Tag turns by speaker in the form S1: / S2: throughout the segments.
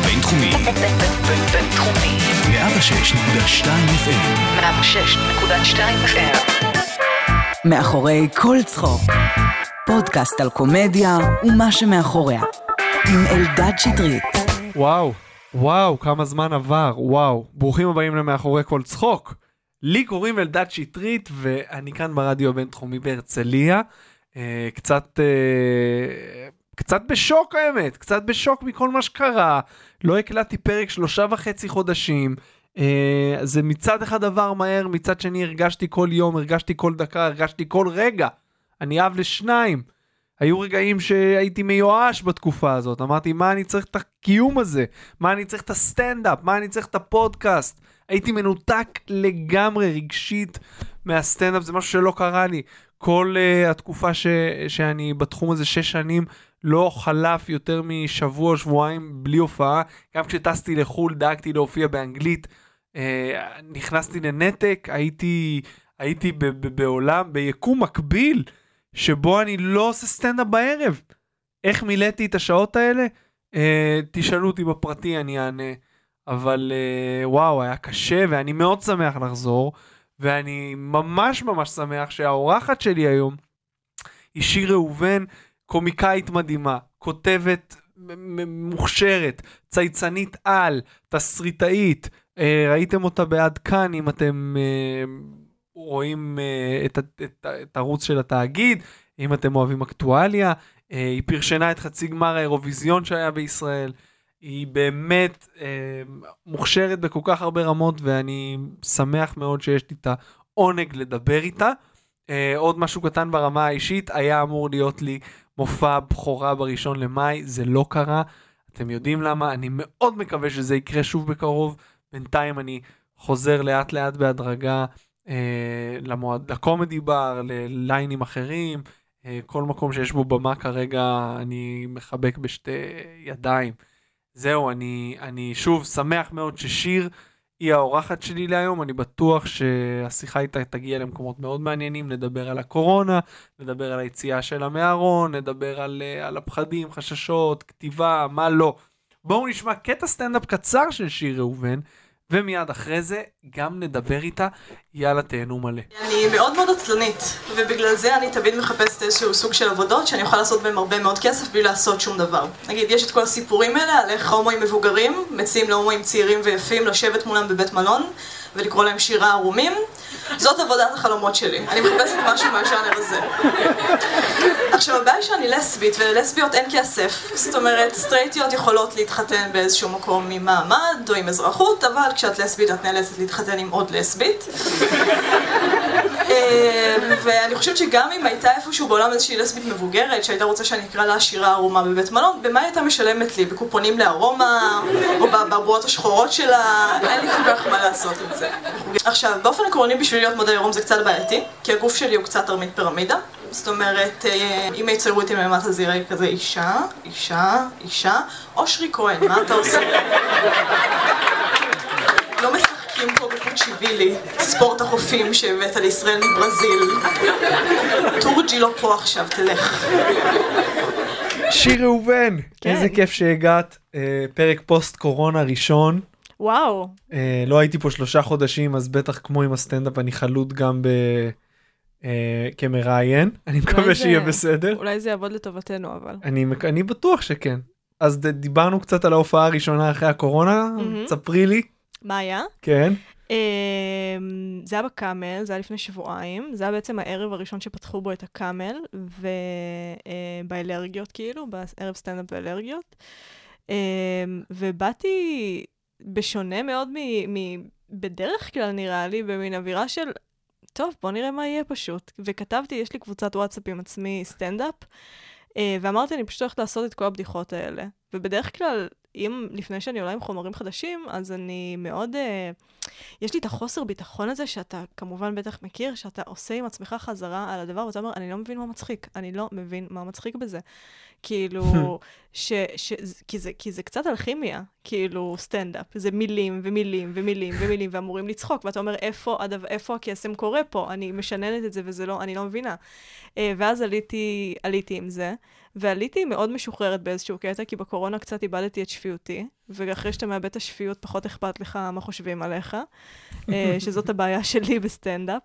S1: הבינתחומי. בינתחומי. 106.2 FM. 106.2 FM.
S2: מאחורי כל צחוק. פודקאסט על קומדיה ומה שמאחוריה. עם אלדד שטרית.
S3: וואו, כמה זמן עבר, וואו. ברוכים הבאים למאחורי כל צחוק. לי קוראים אלדד שטרית, ואני כאן ברדיו הבינתחומי בהרצליה. קצת בשוק האמת, קצת בשוק מכל מה שקרה. לא הקלטתי פרק 3.5 חודשים. זה מצד אחד דבר מהר, מצד שני הרגשתי כל יום, הרגשתי כל דקה, הרגשתי כל רגע. אני אב לשניים. היו רגעים שהייתי מיואש בתקופה הזאת. אמרתי, מה אני צריך את הקיום הזה? מה אני צריך את הסטנדאפ? מה אני צריך את הפודקאסט? הייתי מנותק לגמרי רגשית מהסטנדאפ, זה משהו שלא קרה לי. כל התקופה שאני בתחום הזה 6 שנים, לא חלף יותר משבוע או שבועיים בלי הופעה. גם כשטסתי לחול, דאגתי להופיע באנגלית. נכנסתי לנתק, הייתי בעולם, ביקום מקביל, שבו אני לא עושה סטנדאפ בערב. איך מילאתי את השעות האלה? תשאלו אותי בפרטי, אני אענה. אבל וואו, היה קשה, ואני מאוד שמח לחזור, ואני ממש שמח שהאורחת שלי היום היא שיר ראובן, קומיקאית מדהימה, כותבת מוכשרת, צייצנית על, תסריטאית, ראיתם אותה בעד כאן, אם אתם רואים את הערוץ של התאגיד, אם אתם אוהבים אקטואליה, היא פרשנה את חצי גמר האירוויזיון שהיה בישראל, היא באמת מוכשרת בכל כך הרבה רמות, ואני שמח מאוד שיש לי את העונג לדבר איתה. עוד משהו קטן ברמה האישית, היה אמור להיות לי מופע בכורה ב1 למאי, זה לא קרה, אתם יודעים למה, אני מאוד מקווה שזה יקרה שוב בקרוב, בינתיים אני חוזר לאט לאט בהדרגה לקומדי בר, לליינים אחרים, כל מקום שיש בו במה כרגע אני מחבק בשתי ידיים. זהו, אני שוב שמח מאוד ששיר היא האורחת שלי להיום, אני בטוח שהשיחה איתה תגיע למקומות מאוד מעניינים, נדבר על הקורונה, נדבר על היציאה שלה מהארון, נדבר על הפחדים, חששות, כתיבה, מה לא. בואו נשמע קטע סטנדאפ קצר של שיר ראובן, ומיד אחרי זה גם נדבר איתה. יאללה, תהנו מלא.
S4: אני מאוד מאוד עצלנית, ובגלל זה אני תמיד מחפשת איזשהו סוג של עבודות שאני יכולה לעשות בהם הרבה מאוד כסף בלי לעשות שום דבר. נגיד, יש את כל הסיפורים האלה על איך הומואים מבוגרים מציעים להומואים צעירים ויפים לשבת מולם בבית מלון ולקרוא להם שירה ערומים. זאת עבודת החלומות שלי. אני מחפשת משהו מהז'אנר הזה. עכשיו, הבעיה שאני לסבית, ולסביות אין כסף. זאת אומרת, סטרייטיות יכולות להתחתן באיזשהו מקום עם מעמד או עם אזרחות, אבל כשאת לסבית את נאלצת להתחתן עם עוד לסבית. ואני חושבת שגם אם הייתה איפשהו בעולם איזושהי לסבית מבוגרת, שהייתה רוצה שאני אקרא לה שירה ערומה בבית מלון, במה הייתה משלמת לי? בקופונים לארומה, או בבועות השחורות שלה? אין לי כל כך מה לעשות עם זה. עכשיו, באופן עקרוני בשביל להיות מודל עירום זה קצת בעייתי, כי הגוף שלי הוא קצת תרמית פירמידה. זאת אומרת, אם יצלו אותי למטה זה יראה כזה אישה, אושרי כהן, מה אתה עושה? לא משחקים פה בקוצ'יבילי, ספורט החופים שהבאת לישראל מברזיל. טורג'י לא פה עכשיו, תלך.
S3: שיר ראובן,
S5: כן.
S3: איזה כיף שהגעת, פרק פוסט קורונה ראשון.
S5: וואו.
S3: לא הייתי פה 3 חודשים, אז בטח כמו עם הסטנדאפ אני חלוט גם כמראיין. אני מקווה שיהיה בסדר.
S5: אולי זה יעבוד לטובתנו, אבל.
S3: אני בטוח שכן. אז דיברנו קצת על ההופעה הראשונה אחרי הקורונה, תספרי לי.
S5: מה היה?
S3: כן.
S5: זה היה בקאמל, זה היה לפני שבועיים, זה היה בעצם הערב הראשון שפתחו בו את הקאמל, ובאלרגיות כאילו, בערב סטנדאפ באלרגיות. ובאתי בשונה מאוד בדרך כלל נראה לי, במין אווירה של, טוב, בוא נראה מה יהיה פשוט. וכתבתי, יש לי קבוצת וואטסאפ עם עצמי סטנדאפ, ואמרתי, אני פשוט הולכת לעשות את כל הבדיחות האלה. ובדרך כלל, לפני שאני עולה עם חומרים חדשים, אז אני מאוד, יש לי את החוסר ביטחון הזה, שאתה כמובן בטח מכיר, שאתה עושה עם עצמך חזרה על הדבר, ואתה אומר, אני לא מבין מה מצחיק, אני לא מבין מה מצחיק בזה. כאילו, כי זה קצת אלכימיה, כאילו סטנדאפ, זה מילים ומילים ומילים ומילים, ואמורים לצחוק, ואתה אומר, איפה הקסם קורה פה? אני משננת את זה וזה לא, אני לא מבינה. ואז עליתי עם זה, ועליתי מאוד משוחררת באיזשהו קטע, כי בקורונה קצת איבדתי את שפיותי, ואחרי שאתה מאבד את השפיות, פחות אכפת לך מה חושבים עליך, שזאת הבעיה שלי בסטנדאפ.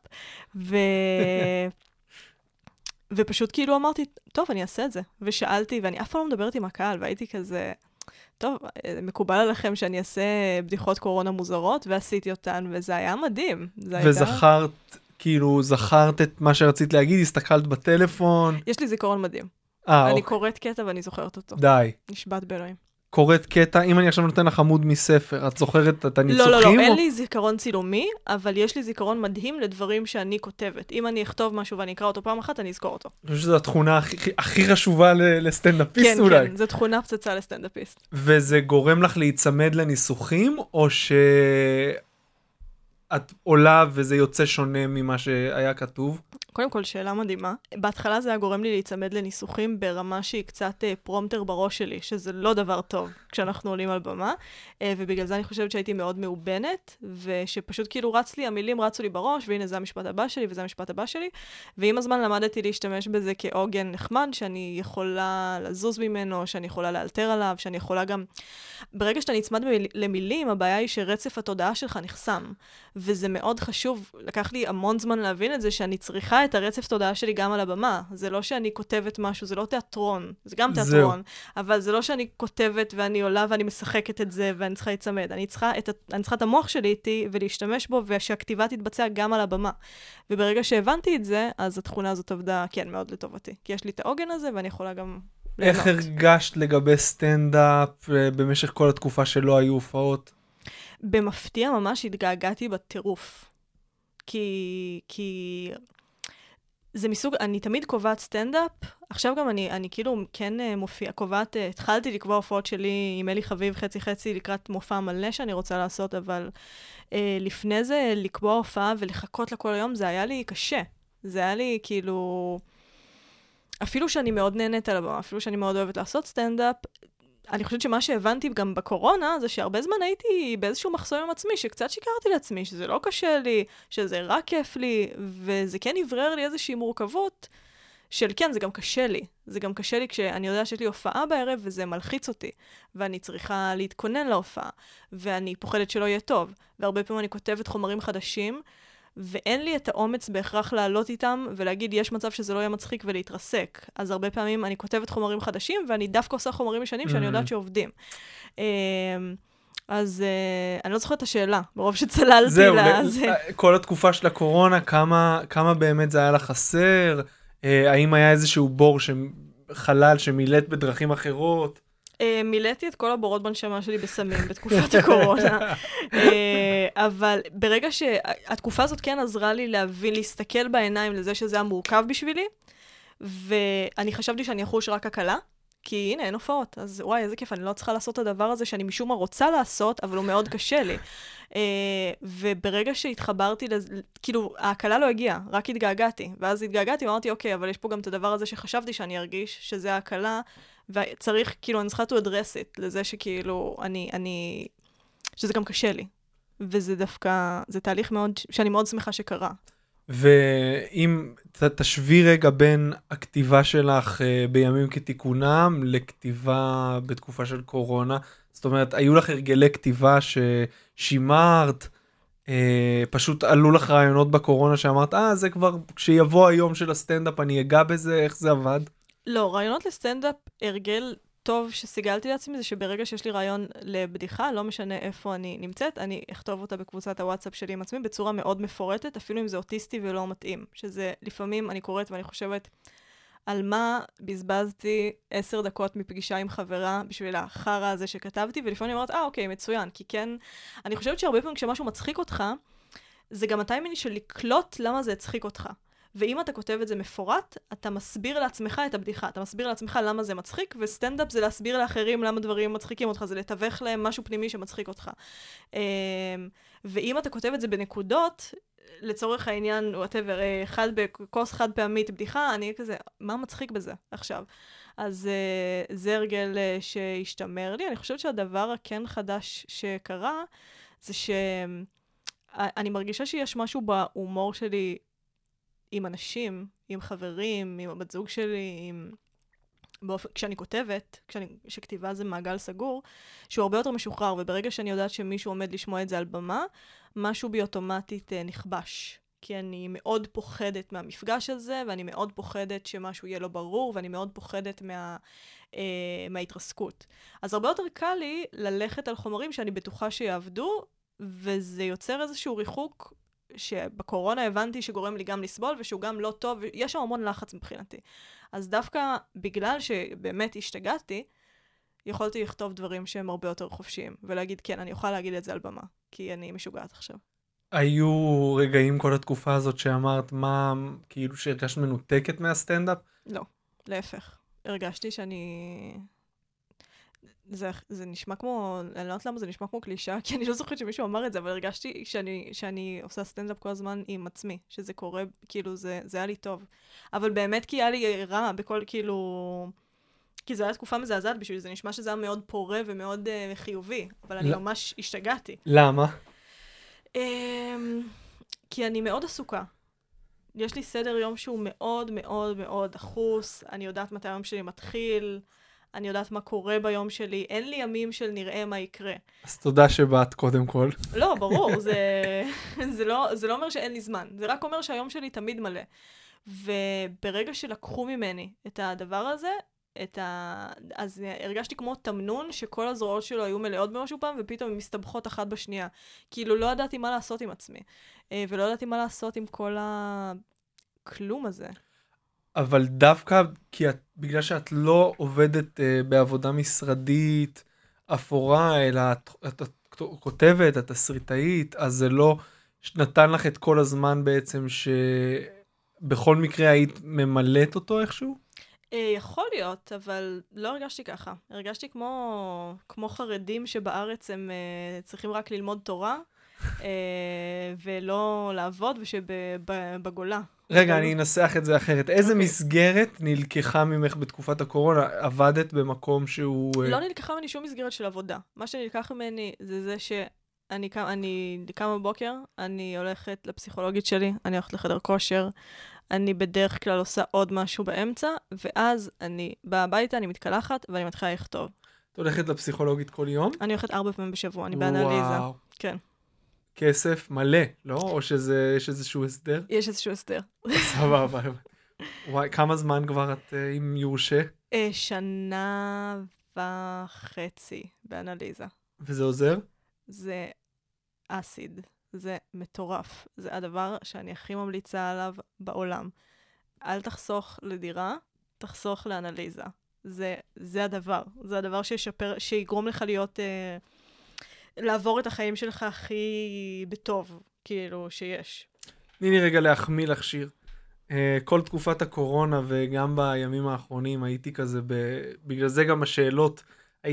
S5: ופשוט כאילו אמרתי, טוב, אני אעשה את זה. ושאלתי, ואני אף פעם לא מדברת עם הקהל, והייתי כזה, טוב, מקובל עליכם שאני אעשה בדיחות קורונה מוזרות, ועשיתי אותן, וזה היה מדהים.
S3: וזכרת, כאילו, זכרת את מה שרצית להגיד, הסתכלת בטלפון.
S5: יש לי זיכרון מדהים. אני קוראת קטע ואני זוכרת אותו.
S3: די.
S5: נשבעת באלוהים.
S3: קוראת קטע, אם אני עכשיו נותן לך עמוד מספר, את זוכרת את הניסוחים?
S5: לא, אין לי זיכרון צילומי, אבל יש לי זיכרון מדהים לדברים שאני כותבת. אם אני אכתוב משהו ואני אקרא אותו פעם אחת, אני אזכור אותו.
S3: אני חושב שזו התכונה הכי חשובה לסטנדאפיסט אולי.
S5: כן, זו תכונה פצצה לסטנדאפיסט.
S3: וזה גורם לך להיצמד לניסוחים, או שאת עולה וזה יוצא שונה ממה שהיה כתוב?
S5: קודם כל, שאלה מדהימה. בהתחלה זה היה גורם לי להיצמד לניסוחים ברמה שהיא קצת פרומטר בראש שלי, שזה לא דבר טוב כשאנחנו עולים על במה, ובגלל זה אני חושבת שהייתי מאוד מאובנת, ושפשוט כאילו המילים רצו לי בראש, והנה זה המשפט הבא שלי, וזה המשפט הבא שלי, ועם הזמן למדתי להשתמש בזה כעוגן נחמד, שאני יכולה לזוז ממנו, שאני יכולה לאלתר עליו, שאני יכולה גם... ברגע שאתה נצמד למילים, הבעיה היא שרצף התודעה שלך נחסם, וזה מאוד חשוב. לקח לי המון זמן להבין את זה, שאני צריכה את הרצף תודעה שלי גם על הבמה. זה לא שאני כותבת משהו, זה לא תיאטרון, זה גם תיאטרון, אבל זה לא שאני כותבת ואני עולה ואני משחקת את זה ואני צריכה להצמד. אני צריכה את המוח שלי איתי ולהשתמש בו, ושהכתיבה תתבצע גם על הבמה. וברגע שהבנתי את זה, אז התכונה הזאת עבדה, כן, מאוד לטובתי. כי יש לי את העוגן הזה ואני יכולה גם ליהנות.
S3: איך הרגשת לגבי סטנדאפ במשך כל התקופה שלא היו הופעות?
S5: במפתיע ממש התגעגעתי בטירוף. כי זה מסוג, אני תמיד קובעת סטנדאפ, עכשיו גם אני כאילו כן קובעת, התחלתי לקבוע הופעות שלי עם אלי חביב חצי לקראת מופע מלא שאני רוצה לעשות, אבל לפני זה לקבוע הופעה ולחכות לכל היום, זה היה לי קשה. זה היה לי כאילו, אפילו שאני מאוד נהנית על הבמה, אפילו שאני מאוד אוהבת לעשות סטנדאפ, אני חושבת שמה שהבנתי גם בקורונה, זה שהרבה זמן הייתי באיזשהו מחסום עם עצמי, שקצת שיקרתי לעצמי, שזה לא קשה לי, שזה רק כיף לי, וזה כן עברר לי איזושהי מורכבות, של כן, זה גם קשה לי. זה גם קשה לי כשאני יודע שיש לי הופעה בערב, וזה מלחיץ אותי, ואני צריכה להתכונן להופעה, ואני פוחדת שלא יהיה טוב, והרבה פעמים אני כותבת חומרים חדשים, ואין לי את האומץ בהכרח לעלות איתם, ולהגיד, יש מצב שזה לא יהיה מצחיק ולהתרסק. אז הרבה פעמים אני כותבת חומרים חדשים, ואני דווקא עושה חומרים ישנים שאני יודעת שעובדים. אז אני לא זוכרת את השאלה, ברוב שצללתי לזה.
S3: כל התקופה של הקורונה, כמה באמת זה היה לך חסר? האם היה איזשהו בור חלל שמילאת בדרכים אחרות?
S5: מילאתי את כל הבורות בנשמה שלי בסמים בתקופת הקורונה, אבל ברגע שהתקופה הזאת כן עזרה לי להסתכל בעיניים לזה שזה היה מורכב בשבילי, ואני חשבתי שאני אחוש רק הקלה, כי הנה, אין הופעות, אז וואי, איזה כיף, אני לא צריכה לעשות את הדבר הזה שאני משום מה רוצה לעשות, אבל הוא מאוד קשה לי. וברגע שהתחברתי, כאילו, ההקלה לא הגיעה, רק התגעגעתי, ואז התגעגעתי ואמרתי, אוקיי, אבל יש פה גם את הדבר הזה שחשבתי שאני ארגיש, שזה ההקלה, וצריך, כאילו, אני צריכה to address it, לזה שכאילו, שזה גם קשה לי. וזה דווקא, זה תהליך מאוד, שאני מאוד שמחה שקרה.
S3: ואם תשווי רגע בין הכתיבה שלך בימים כתיקונם, לכתיבה בתקופה של קורונה, זאת אומרת, היו לך הרגלי כתיבה ששימרת, פשוט עלו לך רעיונות בקורונה שאמרת, זה כבר, כשיבוא היום של הסטנדאפ, אני אגע בזה, איך זה עבד?
S5: לא, רעיונות לסטנדאפ, הרגל טוב שסיגלתי לעצמי, זה שברגע שיש לי רעיון לבדיחה, לא משנה איפה אני נמצאת, אני אכתוב אותה בקבוצת הוואטסאפ שלי עם עצמי, בצורה מאוד מפורטת, אפילו אם זה אוטיסטי ולא מתאים. שזה לפעמים אני קוראת ואני חושבת, על מה בזבזתי 10 דקות מפגישה עם חברה בשביל החרא הזה שכתבתי, ולפעמים אני אומרת, אוקיי, מצוין, כי כן, אני חושבת שהרבה פעמים כשמשהו מצחיק אותך, זה גם הטיימינג של לקלוט למה זה הצחיק אותך. ואם אתה כותב את זה מפורט, אתה מסביר לעצמך את הבדיחה, אתה מסביר לעצמך למה זה מצחיק, וסטנדאפ זה להסביר לאחרים למה דברים מצחיקים אותך, זה לתווך להם משהו פנימי שמצחיק אותך. ואם אתה כותב את זה בנקודות, לצורך העניין, בכוס חד פעמית בדיחה, אני כזה, מה מצחיק בזה עכשיו? אז זה הרגל שהשתמר לי. אני חושבת שהדבר הכן חדש שקרה, זה שאני מרגישה שיש משהו בהומור שלי, עם אנשים, עם חברים, עם הבת זוג שלי, עם כשאני כותבת, שכתיבה זה מעגל סגור, שהוא הרבה יותר משוחרר, וברגע שאני יודעת שמישהו עומד לשמוע את זה על במה, משהו בי אוטומטית נכבש. כי אני מאוד פוחדת מהמפגש הזה, ואני מאוד פוחדת שמשהו יהיה לא ברור, ואני מאוד פוחדת מההתרסקות. אז הרבה יותר קל לי ללכת על חומרים שאני בטוחה שיעבדו, וזה יוצר איזשהו ריחוק שבקורונה הבנתי שגורם לי גם לסבול, ושהוא גם לא טוב, ויש שם המון לחץ מבחינתי. אז דווקא בגלל שבאמת השתגעתי, יכולתי לכתוב דברים שהם הרבה יותר חופשיים, ולהגיד, כן, אני אוכל להגיד את זה על במה, כי אני משוגעת עכשיו.
S3: היו רגעים כל התקופה הזאת שאמרת מה, כאילו שהרגשת מנותקת מהסטנדאפ?
S5: לא, להפך. הרגשתי שאני... זה נשמע כמו, אני לא יודעת למה זה נשמע כמו קלישה, כי אני לא זוכרת שמישהו אמר את זה, אבל הרגשתי שאני עושה סטנדאפ כל הזמן עם עצמי, שזה קורה, כאילו, זה היה לי טוב. אבל באמת כי היה לי רע בכל, כאילו... כי זו הייתה תקופה מזעזעת בשביל זה, נשמע שזה היה מאוד פורה ומאוד חיובי, אבל אני ממש השתגעתי.
S3: למה?
S5: כי אני מאוד עסוקה. יש לי סדר יום שהוא מאוד מאוד מאוד דחוס, אני יודעת מתי היום שלי מתחיל, אני יודעת מה קורה ביום שלי, אין לי ימים של נראה מה יקרה.
S3: אז תודה שבאת קודם כל.
S5: לא, ברור, זה לא אומר שאין לי זמן, זה רק אומר שהיום שלי תמיד מלא. וברגע שלקחו ממני את הדבר הזה, אז הרגשתי כמו תמנון שכל הזרועות שלו היו מלאות במשהו פעם, ופתאום הן מסתבכות אחת בשנייה. כאילו לא ידעתי מה לעשות עם עצמי, ולא ידעתי מה לעשות עם כל הכלום הזה.
S3: אבל דווקא בגלל שאת לא עובדת בעבודה משרדית אפורה, אלא את כותבת, את תסריטאית, אז זה לא נתן לך את כל הזמן בעצם שבכל מקרה היית ממלאת אותו איכשהו?
S5: יכול להיות, אבל לא הרגשתי ככה. הרגשתי כמו חרדים שבארץ הם צריכים רק ללמוד תורה, ולא לעבוד, ושבגולה.
S3: רגע, אני אנסח את זה אחרת. איזה מסגרת נלקחה ממך בתקופת הקורונה? עבדת במקום שהוא...
S5: לא נלקחה ממני שום מסגרת של עבודה. מה שנלקח ממני זה שאני קמה בבוקר, אני הולכת לפסיכולוגית שלי, אני הולכת לחדר כושר, אני בדרך כלל עושה עוד משהו באמצע, ואז אני באה הביתה, אני מתקלחת, ואני מתחילה לכתוב.
S3: את הולכת לפסיכולוגית כל יום?
S5: אני הולכת 4 פעמים בשבוע, אני באנליזה. כן.
S3: כסף מלא, לא? או שיש איזשהו הסדר?
S5: יש איזשהו הסדר.
S3: סבבה. וואי, כמה זמן כבר את, אם יורשה?
S5: 1.5 שנה באנליזה.
S3: וזה עוזר?
S5: זה אסיד. זה מטורף. זה הדבר שאני הכי ממליצה עליו בעולם. אל תחסוך לדירה, תחסוך לאנליזה. זה הדבר. זה הדבר שיגרום לך להיות... לעבור את החיים שלך הכי בטוב, כאילו, שיש.
S3: תני לי רגע להחמיא לך שיר. כל תקופת הקורונה וגם בימים האחרונים הייתי כזה, בגלל זה גם השאלות,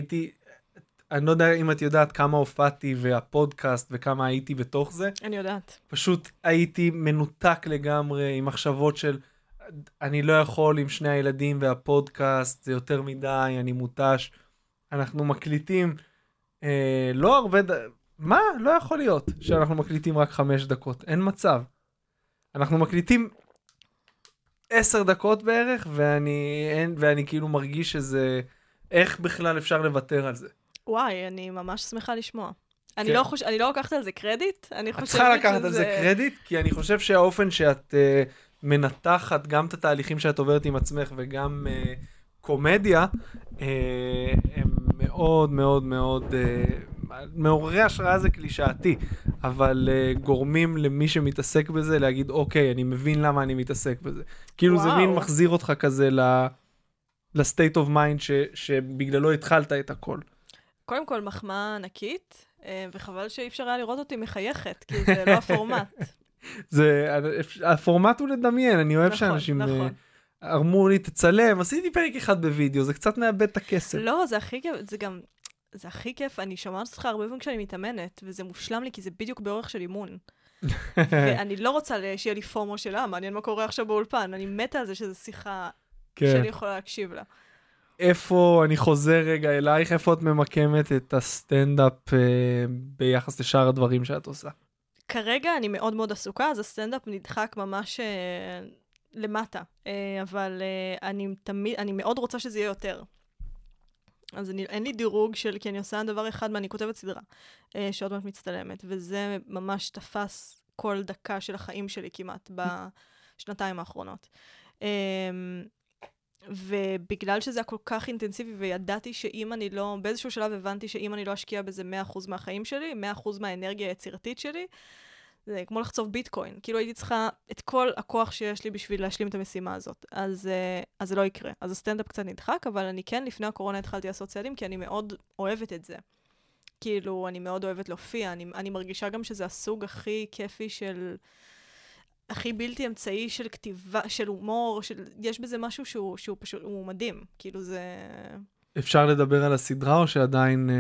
S3: אני לא יודע אם את יודעת כמה הופעתי והפודקאסט וכמה הייתי בתוך זה.
S5: אני יודעת.
S3: פשוט הייתי מנותק לגמרי עם מחשבות של, אני לא יכול עם 2 הילדים והפודקאסט, זה יותר מדי, אני מותש. אנחנו מקליטים... לא הרבה, מה? לא יכול להיות שאנחנו מקליטים רק 5 דקות, אין מצב. אנחנו מקליטים 10 דקות בערך, ואני כאילו מרגיש שזה, איך בכלל אפשר לוותר על זה?
S5: וואי, אני ממש שמחה לשמוע. אני לא לוקחת על זה קרדיט,
S3: את צריכה לקחת על זה קרדיט, כי אני חושב שהאופן שאת מנתחת גם את התהליכים שאת עוברת עם עצמך, וגם קומדיה, הם מאוד מאוד מאוד מעוררי השראה, זה קלישאתי, אבל גורמים למי שמתעסק בזה להגיד, אוקיי, אני מבין למה אני מתעסק בזה. כאילו זה מין מחזיר אותך כזה ל-state of mind שבגללו התחלת את הכל.
S5: קודם כל מחמאה ענקית, וחבל שאי אפשר היה לראות אותי מחייכת, כי זה לא הפורמט.
S3: הפורמט הוא לדמיין, אני אוהב שאנשים... אמרו לי, תצלם, עשיתי פרק אחד בווידאו, זה קצת מאבד את הכסף.
S5: לא, זה הכי כיף, זה הכי כיף, אני שומעת אותך הרבה פעמים כשאני מתאמנת, וזה מושלם לי, כי זה בדיוק באורך של אימון. ואני לא רוצה שיהיה לי פומו שלה, מעניין מה קורה עכשיו באולפן, אני מתה על זה שזו שיחה שאני יכולה להקשיב לה.
S3: איפה, אני חוזר רגע אלייך, איפה את ממקמת את הסטנדאפ ביחס לשאר הדברים שאת עושה?
S5: כרגע אני מאוד מאוד עסוקה, אז הסטנדאפ נדחק ממש... למטה, אבל אני מאוד רוצה שזה יהיה יותר. אז אין לי דירוג כי אני עושה דבר אחד, ואני כותבת סדרה, שעוד מעט מצטלמת, וזה ממש תפס כל דקה של החיים שלי כמעט, בשנתיים האחרונות. ובגלל שזה היה כל כך אינטנסיבי, וידעתי שאם אני לא, באיזשהו שלב הבנתי שאם אני לא אשקיע בזה 100% מהחיים שלי, 100% מהאנרגיה היצירתית שלי, זה כמו לחצוב ביטקוין. כאילו הייתי צריכה את כל הכוח שיש לי בשביל להשלים את המשימה הזאת. אז זה לא יקרה. אז הסטנדאפ קצת נדחק, אבל אני כן לפני הקורונה התחלתי לעשות צעדים, כי אני מאוד אוהבת את זה. כאילו, אני מאוד אוהבת להופיע. אני מרגישה גם שזה הסוג הכי כיפי של... הכי בלתי אמצעי של כתיבה, של הומור, יש בזה משהו שהוא פשוט, הוא מדהים. כאילו זה...
S3: אפשר לדבר על הסדרה או שעדיין...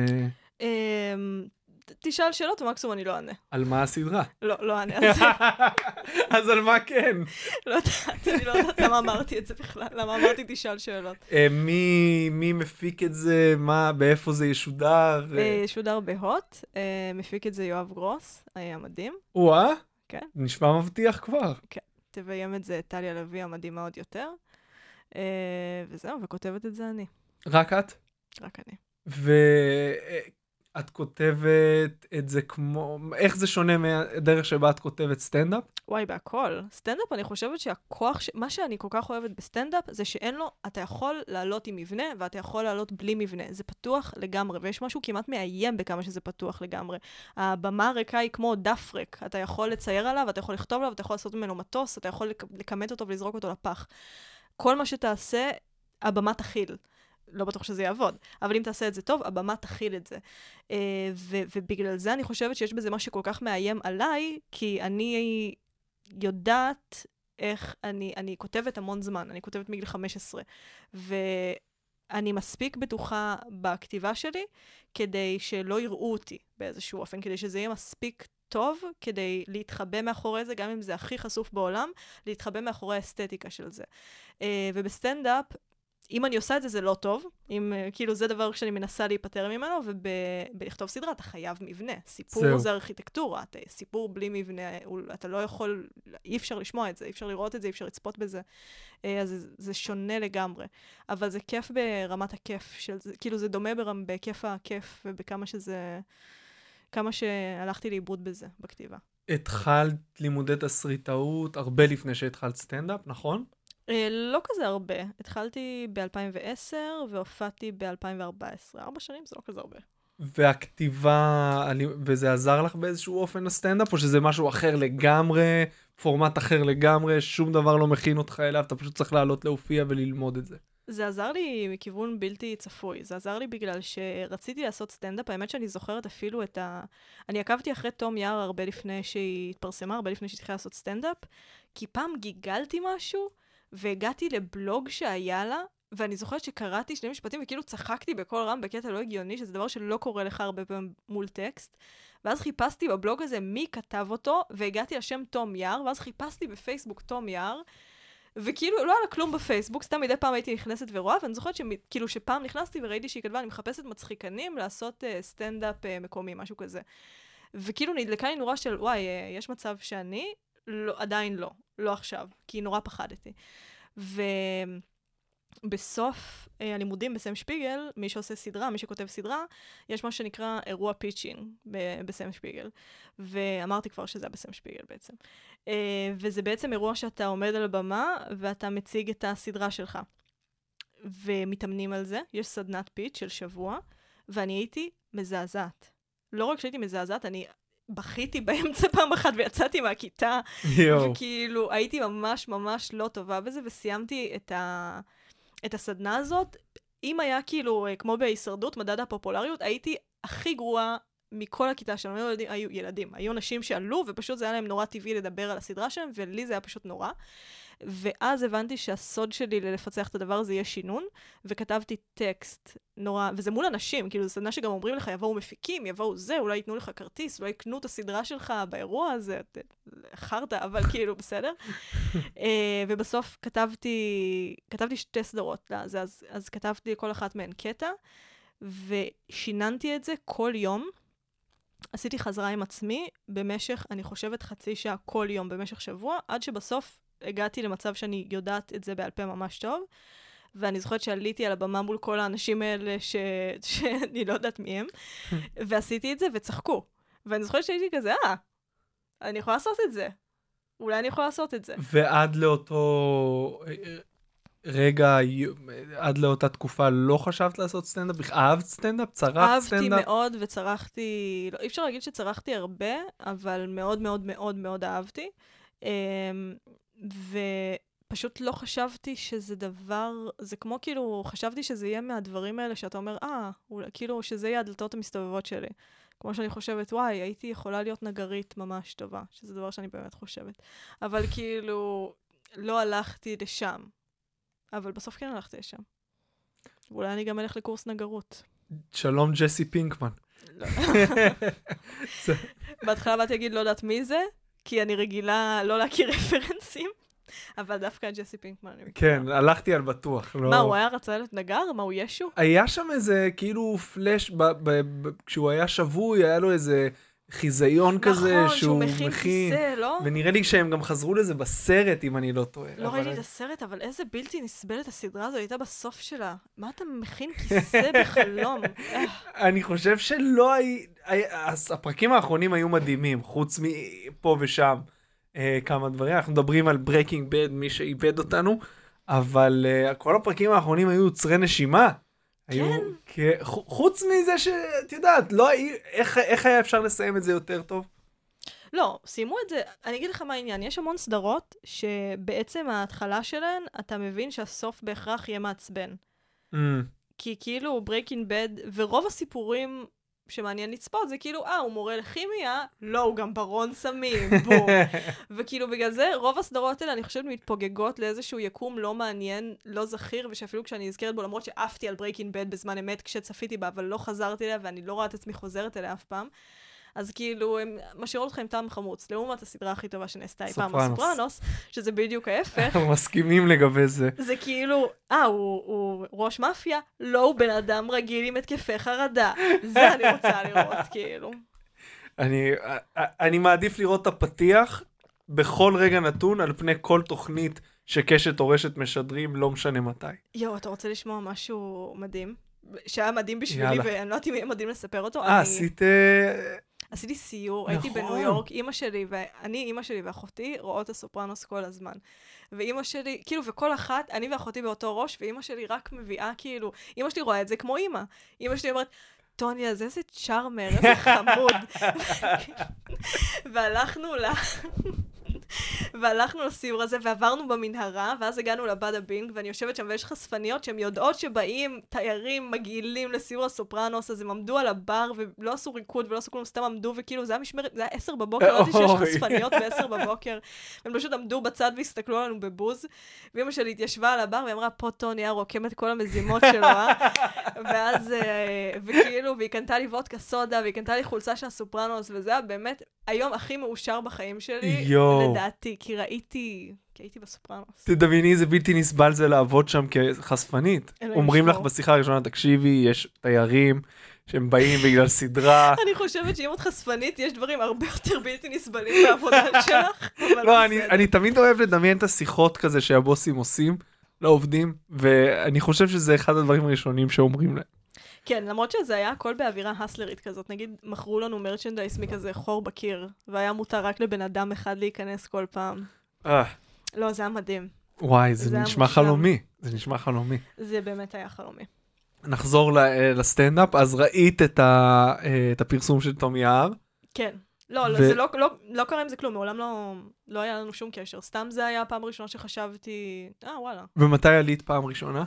S5: תשאל שאלות ומקסימום אני לא אענה.
S3: על מה הסדרה?
S5: לא אענה על זה.
S3: אז על מה כן?
S5: לא יודעת, אני לא יודעת למה אמרתי את זה בכלל, למה אמרתי תשאל שאלות.
S3: מי מפיק את זה? באיפה זה ישודר?
S5: ישודר בהוט, מפיק את זה יואב גרוס, היה מדהים.
S3: וואה?
S5: כן.
S3: נשמע מבטיח כבר.
S5: כן, תביים את זה טליה לוי המדהימה עוד יותר. וזהו, וכותבת את זה אני.
S3: רק את?
S5: רק אני.
S3: את כותבת את זה כמו... איך זה שונה מהדרך שבה את כותבת סטנדאפ?
S5: וואי, בהכל. סטנדאפ, אני חושבת שהכוח... מה שאני כל כך אוהבת בסטנדאפ, זה שאין לו... אתה יכול לעלות עם מבנה, ואתה יכול לעלות בלי מבנה. זה פתוח לגמרי, ויש משהו כמעט מאיים בכמה שזה פתוח לגמרי. הבמה הריקה היא כמו דף ריק. אתה יכול לצייר עליו, אתה יכול לכתוב עליו, אתה יכול לעשות ממנו מטוס, אתה יכול לקמת אותו ולזרוק אותו לפח. כל מה שתעשה, הבמה תכיל. לא בטוח שזה יעבוד, אבל אם תעשה את זה טוב, הבמה תכיל את זה. ובגלל זה אני חושבת שיש בזה משהו כל כך מאיים עליי, כי אני יודעת איך אני כותבת המון זמן, אני כותבת מגיל 15, ואני מספיק בטוחה בכתיבה שלי, כדי שלא יראו אותי באיזשהו אופן, כדי שזה יהיה מספיק טוב, כדי להתחבא מאחורי זה, גם אם זה הכי חשוף בעולם, להתחבא מאחורי האסתטיקה של זה. ובסטנדאפ, אם אני עושה את זה, זה לא טוב. כאילו זה דבר שאני מנסה להיפטר ממנו, ובלכתוב סדרה אתה חייב מבנה. סיפור זה ארכיטקטורה. סיפור בלי מבנה, אתה לא יכול, אי אפשר לשמוע את זה, אי אפשר לראות את זה, אי אפשר לצפות בזה. אז זה שונה לגמרי. אבל זה כיף ברמת הכיף של זה, כאילו זה דומה בכיף הכיף, ובכמה שזה, כמה שהלכתי לאיבוד בזה בכתיבה. התחלת
S3: לימודי תסריטאות הרבה לפני שהתחלת סטנדאפ, נכון?
S5: לא כזה הרבה. התחלתי ב-2010 והופעתי ב-2014. 4 שנים זה לא כזה הרבה.
S3: והכתיבה, וזה עזר לך באיזשהו אופן הסטנדאפ, או שזה משהו אחר לגמרי, פורמט אחר לגמרי, שום דבר לא מכין אותך אליו, אתה פשוט צריך לעלות להופיע וללמוד את זה?
S5: זה עזר לי מכיוון בלתי צפוי. זה עזר לי בגלל שרציתי לעשות סטנדאפ. האמת שאני זוכרת אפילו אני עקבתי אחרי תום יער הרבה לפני שהיא התפרסמה, הרבה לפני שהתחילה לעשות סטנדאפ, כי פעם גיגלתי משהו, והגעתי לבלוג שהיה לה, ואני זוכרת שקראתי 2 משפטים, וכאילו צחקתי בכל רם בקטע לא הגיוני, שזה דבר שלא קורה לך הרבה פעמים מול טקסט. ואז חיפשתי בבלוג הזה מי כתב אותו, והגעתי לשם תום יער, ואז חיפשתי בפייסבוק תום יער, וכאילו לא היה לה כלום בפייסבוק, סתם מדי פעם הייתי נכנסת ורואה, ואני זוכרת שכאילו שפעם נכנסתי וראיתי שהיא כתבה, אני מחפשת מצחיקנים לעשות סטנדאפ מקומי, משהו כזה. וכאילו נדלקה לי נורא של, וואי, יש מצב שאני? לא, עדיין לא עכשיו, כי נורא פחדתי. ובסוף הלימודים בסם שפיגל, מי שעושה סדרה, מי שכותב סדרה, יש מה שנקרא אירוע פיצ'ינג בסם שפיגל. ואמרתי כבר שזה בסם שפיגל בעצם. וזה בעצם אירוע שאתה עומד על הבמה, ואתה מציג את הסדרה שלך. ומתאמנים על זה, יש סדנת פיץ' של שבוע, ואני הייתי מזעזעת. לא רק שהייתי מזעזעת, אני בכיתי באמצע פעם אחת ויצאתי מהכיתה, וכאילו הייתי ממש ממש לא טובה בזה, וסיימתי את הסדנה הזאת. אם היה כאילו, כמו בהישרדות, מדד הפופולריות, הייתי הכי גרועה מכל הכיתה שלנו. היו ילדים, היו נשים שעלו, ופשוט זה היה להם נורא טבעי לדבר על הסדרה שלהם, ולי זה היה פשוט נורא. ואז הבנתי שהסוד שלי ללפצח את הדבר הזה יהיה שינון, וכתבתי טקסט נורא, וזה מול אנשים, כאילו זו סדנה שגם אומרים לך, יבואו מפיקים, יבואו זה, אולי ייתנו לך כרטיס, אולי יקנו את הסדרה שלך באירוע הזה, חרת, אבל כאילו בסדר. ובסוף כתבתי 2 סדרות, אז כתבתי כל אחת מהן קטע, ושיננתי את זה כל יום, עשיתי חזרה עם עצמי במשך, אני חושבת, 0.5 שעה כל יום במשך שבוע, עד שבסוף הגעתי למצב שאני יודעת את זה בעל פה ממש טוב, ואני זוכרת שעליתי על הבמה מול כל האנשים האלה שאני לא יודעת מי הם, ועשיתי את זה וצחקו. ואני זוכרת שהייתי כזה, אני יכולה לעשות את זה. אולי אני יכולה לעשות את זה.
S3: ועד לאותו רגע, עד לאותה תקופה, לא חשבת לעשות סטנדאפ? אהבת סטנדאפ? צרחת סטנדאפ?
S5: אהבתי מאוד וצרחתי, אי אפשר להגיד שצרחתי הרבה, אבל מאוד מאוד מאוד מאוד אהבתי. ופשוט לא חשבתי שזה דבר, זה כמו כאילו, חשבתי שזה יהיה מהדברים האלה שאתה אומר, כאילו שזה יהיה הדלתות המסתובבות שלי. כמו שאני חושבת, וואי, הייתי יכולה להיות נגרית ממש טובה, שזה דבר שאני באמת חושבת. אבל כאילו, לא הלכתי לשם. אבל בסוף כן הלכתי לשם. ואולי אני גם אלך לקורס נגרות.
S3: שלום ג'סי פינקמן.
S5: לא. בהתחלה באתי להגיד, לא יודעת מי זה, כי אני רגילה לא להכיר רפרנסים, אבל דווקא ג'סי פינקמן אני מכירה.
S3: כן, הלכתי על בטוח.
S5: מה, הוא היה רצה להיות נגר? מה, הוא ישו?
S3: היה שם איזה כאילו פלש, כשהוא היה שבוי, היה לו איזה חיזיון כזה, שהוא מכין
S5: כיסא, לא?
S3: ונראה לי שהם גם חזרו לזה בסרט, אם אני לא טועה.
S5: לא ראיתי את הסרט, אבל איזה בלתי נסבלת הסדרה הזו, הייתה בסוף שלה. מה אתה מכין כיסא בחלום?
S3: אני חושב שלא הפרקים האחרונים היו מדהימים, חוץ מפה ושם כמה דברים. אנחנו מדברים על Breaking Bad, מי שאיבד אותנו, אבל כל הפרקים האחרונים היו יוצרי נשימה. כן. חוץ מזה שאת יודעת, איך היה אפשר לסיים את זה יותר טוב?
S5: לא, סיימו את זה, אני אגיד לך מה העניין, יש המון סדרות שבעצם ההתחלה שלהן, אתה מבין שהסוף בהכרח יהיה מעצבן. כי כאילו Breaking Bad, ורוב הסיפורים שמעניין לצפות, זה כאילו, הוא מורה לכימיה, לא, הוא גם ברון סמים, בום. וכאילו בגלל זה, רוב הסדרות האלה, אני חושבת, מתפוגגות לאיזשהו יקום לא מעניין, לא זכיר, ושאפילו כשאני נזכרת בו, למרות שאפתי על Breaking Bad בזמן אמת כשצפיתי בה, אבל לא חזרתי אליה, ואני לא רואה את עצמי חוזרת אליה אף פעם. אז כאילו, הם משאירות אותך עם טעם חמוץ, לעומת הסדרה הכי טובה שנעשתה אי פעם, הסופרנוס, שזה בדיוק ההפך.
S3: אנחנו מסכימים לגבי זה.
S5: זה כאילו, הוא ראש מאפיה, לא, הוא בן אדם רגיל עם התקפי חרדה. זה אני רוצה לראות, כאילו.
S3: אני מעדיף לראות את הפתיח בכל רגע נתון, על פני כל תוכנית שקשת או רשת משדרים, לא משנה מתי.
S5: יו, אתה רוצה לשמוע משהו מדהים? שהיה מדהים בשבילי, ואני לא יודעת אם יהיה מדהים לספר אותו. עשיתי סיור, הייתי בניו יורק, אמא שלי ואחותי רואות הסופרנוס כל הזמן. ואמא שלי, כאילו, וכל אחת, אני ואחותי באותו ראש, ואמא שלי רק מביאה, כאילו, אמא שלי רואה את זה כמו אמא. אמא שלי אומרת, טוניה, זה איזה צ'ארמר, איזה חמוד. והלכנו לסיור הזה, ועברנו במנהרה, ואז הגענו לבאדה בינג, ואני יושבת שם, ויש חשפניות שהן יודעות שבאים תיירים מגעילים לסיור הסופרנוס, אז הם עמדו על הבר, ולא עשו ריקוד, ולא עשו כלום, סתם עמדו, וכאילו, זה היה משמרת, זה היה 10 בבוקר, לא יודעת שיש חשפניות ב10 בבוקר, והם פשוט עמדו בצד והסתכלו עלינו בבוז, ואמא שלי התיישבה על הבר, ואמרה, פה טוניה רוקם את כל המזימות שלו, ואז, וכאילו, והיא קנתה לי וודקה סודה, והיא קנתה לי חולצה של הסופרנוס, וזה היה באמת היום הכי מאושר בחיים שלי, לדעתי, כי הייתי בסופרנוס.
S3: תדמייני, זה בלתי נסבל זה לעבוד שם כחשפנית. אומרים לך בשיחה הראשונה, תקשיבי, יש תיירים שהם באים בגלל סדרה.
S5: אני חושבת שאם את חשפנית, יש דברים הרבה יותר בלתי נסבלים בעבודה שלך.
S3: לא, אני תמיד אוהב לדמיין את השיחות כזה שהבוסים עושים לעובדים, ואני חושב שזה אחד הדברים הראשונים שאומרים להם.
S5: כן, למרות שזה היה הכל באווירה הסלרית כזאת. נגיד, מכרו לנו מרצ'נדייס מכזה חור בקיר, והיה מותר רק לבן אדם אחד להיכנס כל פעם. לא, זה היה מדהים.
S3: וואי, זה נשמע חלומי. זה נשמע חלומי.
S5: זה באמת היה חלומי.
S3: נחזור לסטנדאפ, אז ראית את הפרסום של תום יער?
S5: כן. לא, זה לא קרה עם זה כלום, מעולם לא היה לנו שום קשר. סתם זה היה הפעם הראשונה שחשבתי, וואלה.
S3: ומתי עלית פעם ראשונה?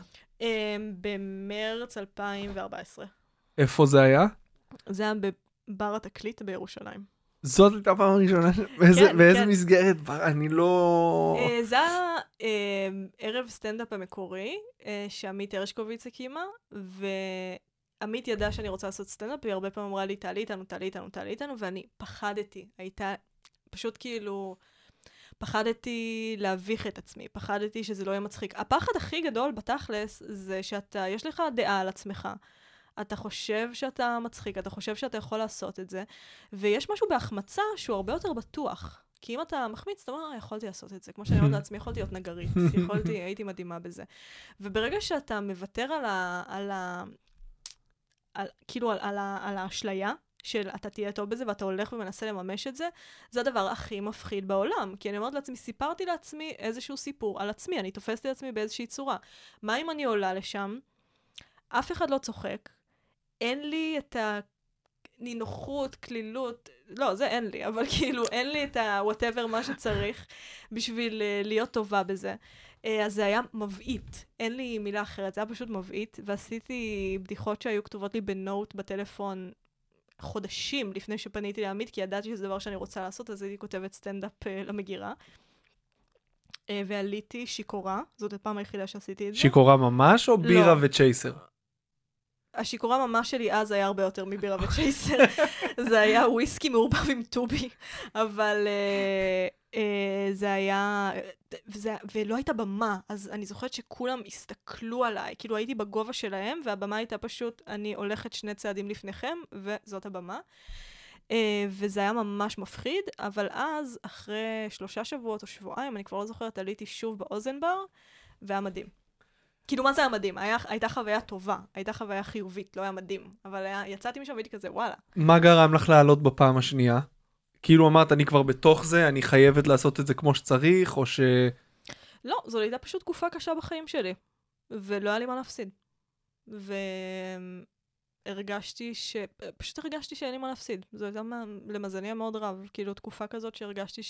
S5: במרץ 2014.
S3: איפה זה היה?
S5: זה היה בבר התקליט בירושלים.
S3: זאת הייתה פעם ראשונה? באיזה מסגרת? אני לא...
S5: זה היה ערב סטנדאפ המקורי, שעמית הרשקוביץ הקימה, ועמית ידע שאני רוצה לעשות סטנדאפ, והיא הרבה פעמים אמרה לי, תעלי איתנו, ואני פחדתי. הייתה פשוט כאילו... פחדתי להביך את עצמי, פחדתי שזה לא יהיה מצחיק. הפחד הכי גדול בתכלס זה שאתה, יש לך דעה על עצמך. אתה חושב שאתה מצחיק, אתה חושב שאתה יכול לעשות את זה, ויש משהו בהחמצה שהוא הרבה יותר בטוח. כי אם אתה מחמיץ, אתה אומר, יכולתי לעשות את זה. כמו שאני אומרת לעצמי, יכולתי להיות נגרית. הייתי מדהימה בזה. וברגע שאתה מוותר על האשליה, של אתה תהיה טוב בזה, ואתה הולך ומנסה לממש את זה, זה הדבר הכי מפחיד בעולם. כי אני אומרת לעצמי, סיפרתי לעצמי איזשהו סיפור על עצמי, אני תופסתי לעצמי באיזושהי צורה. מה אם אני עולה לשם? אף אחד לא צוחק, אין לי את הנינוחות, כלילות, לא, זה אין לי, אבל כאילו, אין לי את ה-whatever מה שצריך, בשביל להיות טובה בזה. אז זה היה מבעית, אין לי מילה אחרת, זה היה פשוט מבעית, ועשיתי בדיחות שהיו כתובות לי בנוט בטלפון, חודשים לפני שפניתי לעמית, כי ידעתי שזה דבר שאני רוצה לעשות, אז הייתי כותבת סטנדאפ למגירה. ועליתי שיקורה, זאת הפעם היחידה שעשיתי את זה.
S3: שיקורה ממש או בירה וצ'ייסר?
S5: השיקורה ממש שלי אז היה הרבה יותר מבירה וצ'ייסר. זה היה וויסקי מעורבב עם טובי, אבל זה היה, ולא הייתה במה, אז אני זוכרת שכולם הסתכלו עליי, כאילו הייתי בגובה שלהם, והבמה הייתה פשוט, אני הולכת 2 צעדים לפניכם, וזאת הבמה. וזה היה ממש מפחיד, אבל אז, אחרי 3 שבועות או שבועיים, אני כבר לא זוכרת, עליתי שוב באוזן בר, והיה מדהים. כאילו, מה זה היה מדהים? הייתה חוויה טובה, הייתה חוויה חיובית, לא היה מדהים, אבל יצאתי משם והייתי כזה, וואלה.
S3: מה גרם לך לעלות בפעם השנייה? כאילו אמרת, אני כבר בתוך זה, אני חייבת לעשות את זה כמו שצריך, או ש...
S5: לא, זו הייתה פשוט תקופה קשה בחיים שלי, ולא היה לי מה להפסיד. פשוט הרגשתי שאין לי מה להפסיד. זו הייתה למזלי מאוד רב, כאילו תקופה כזאת שהרגשתי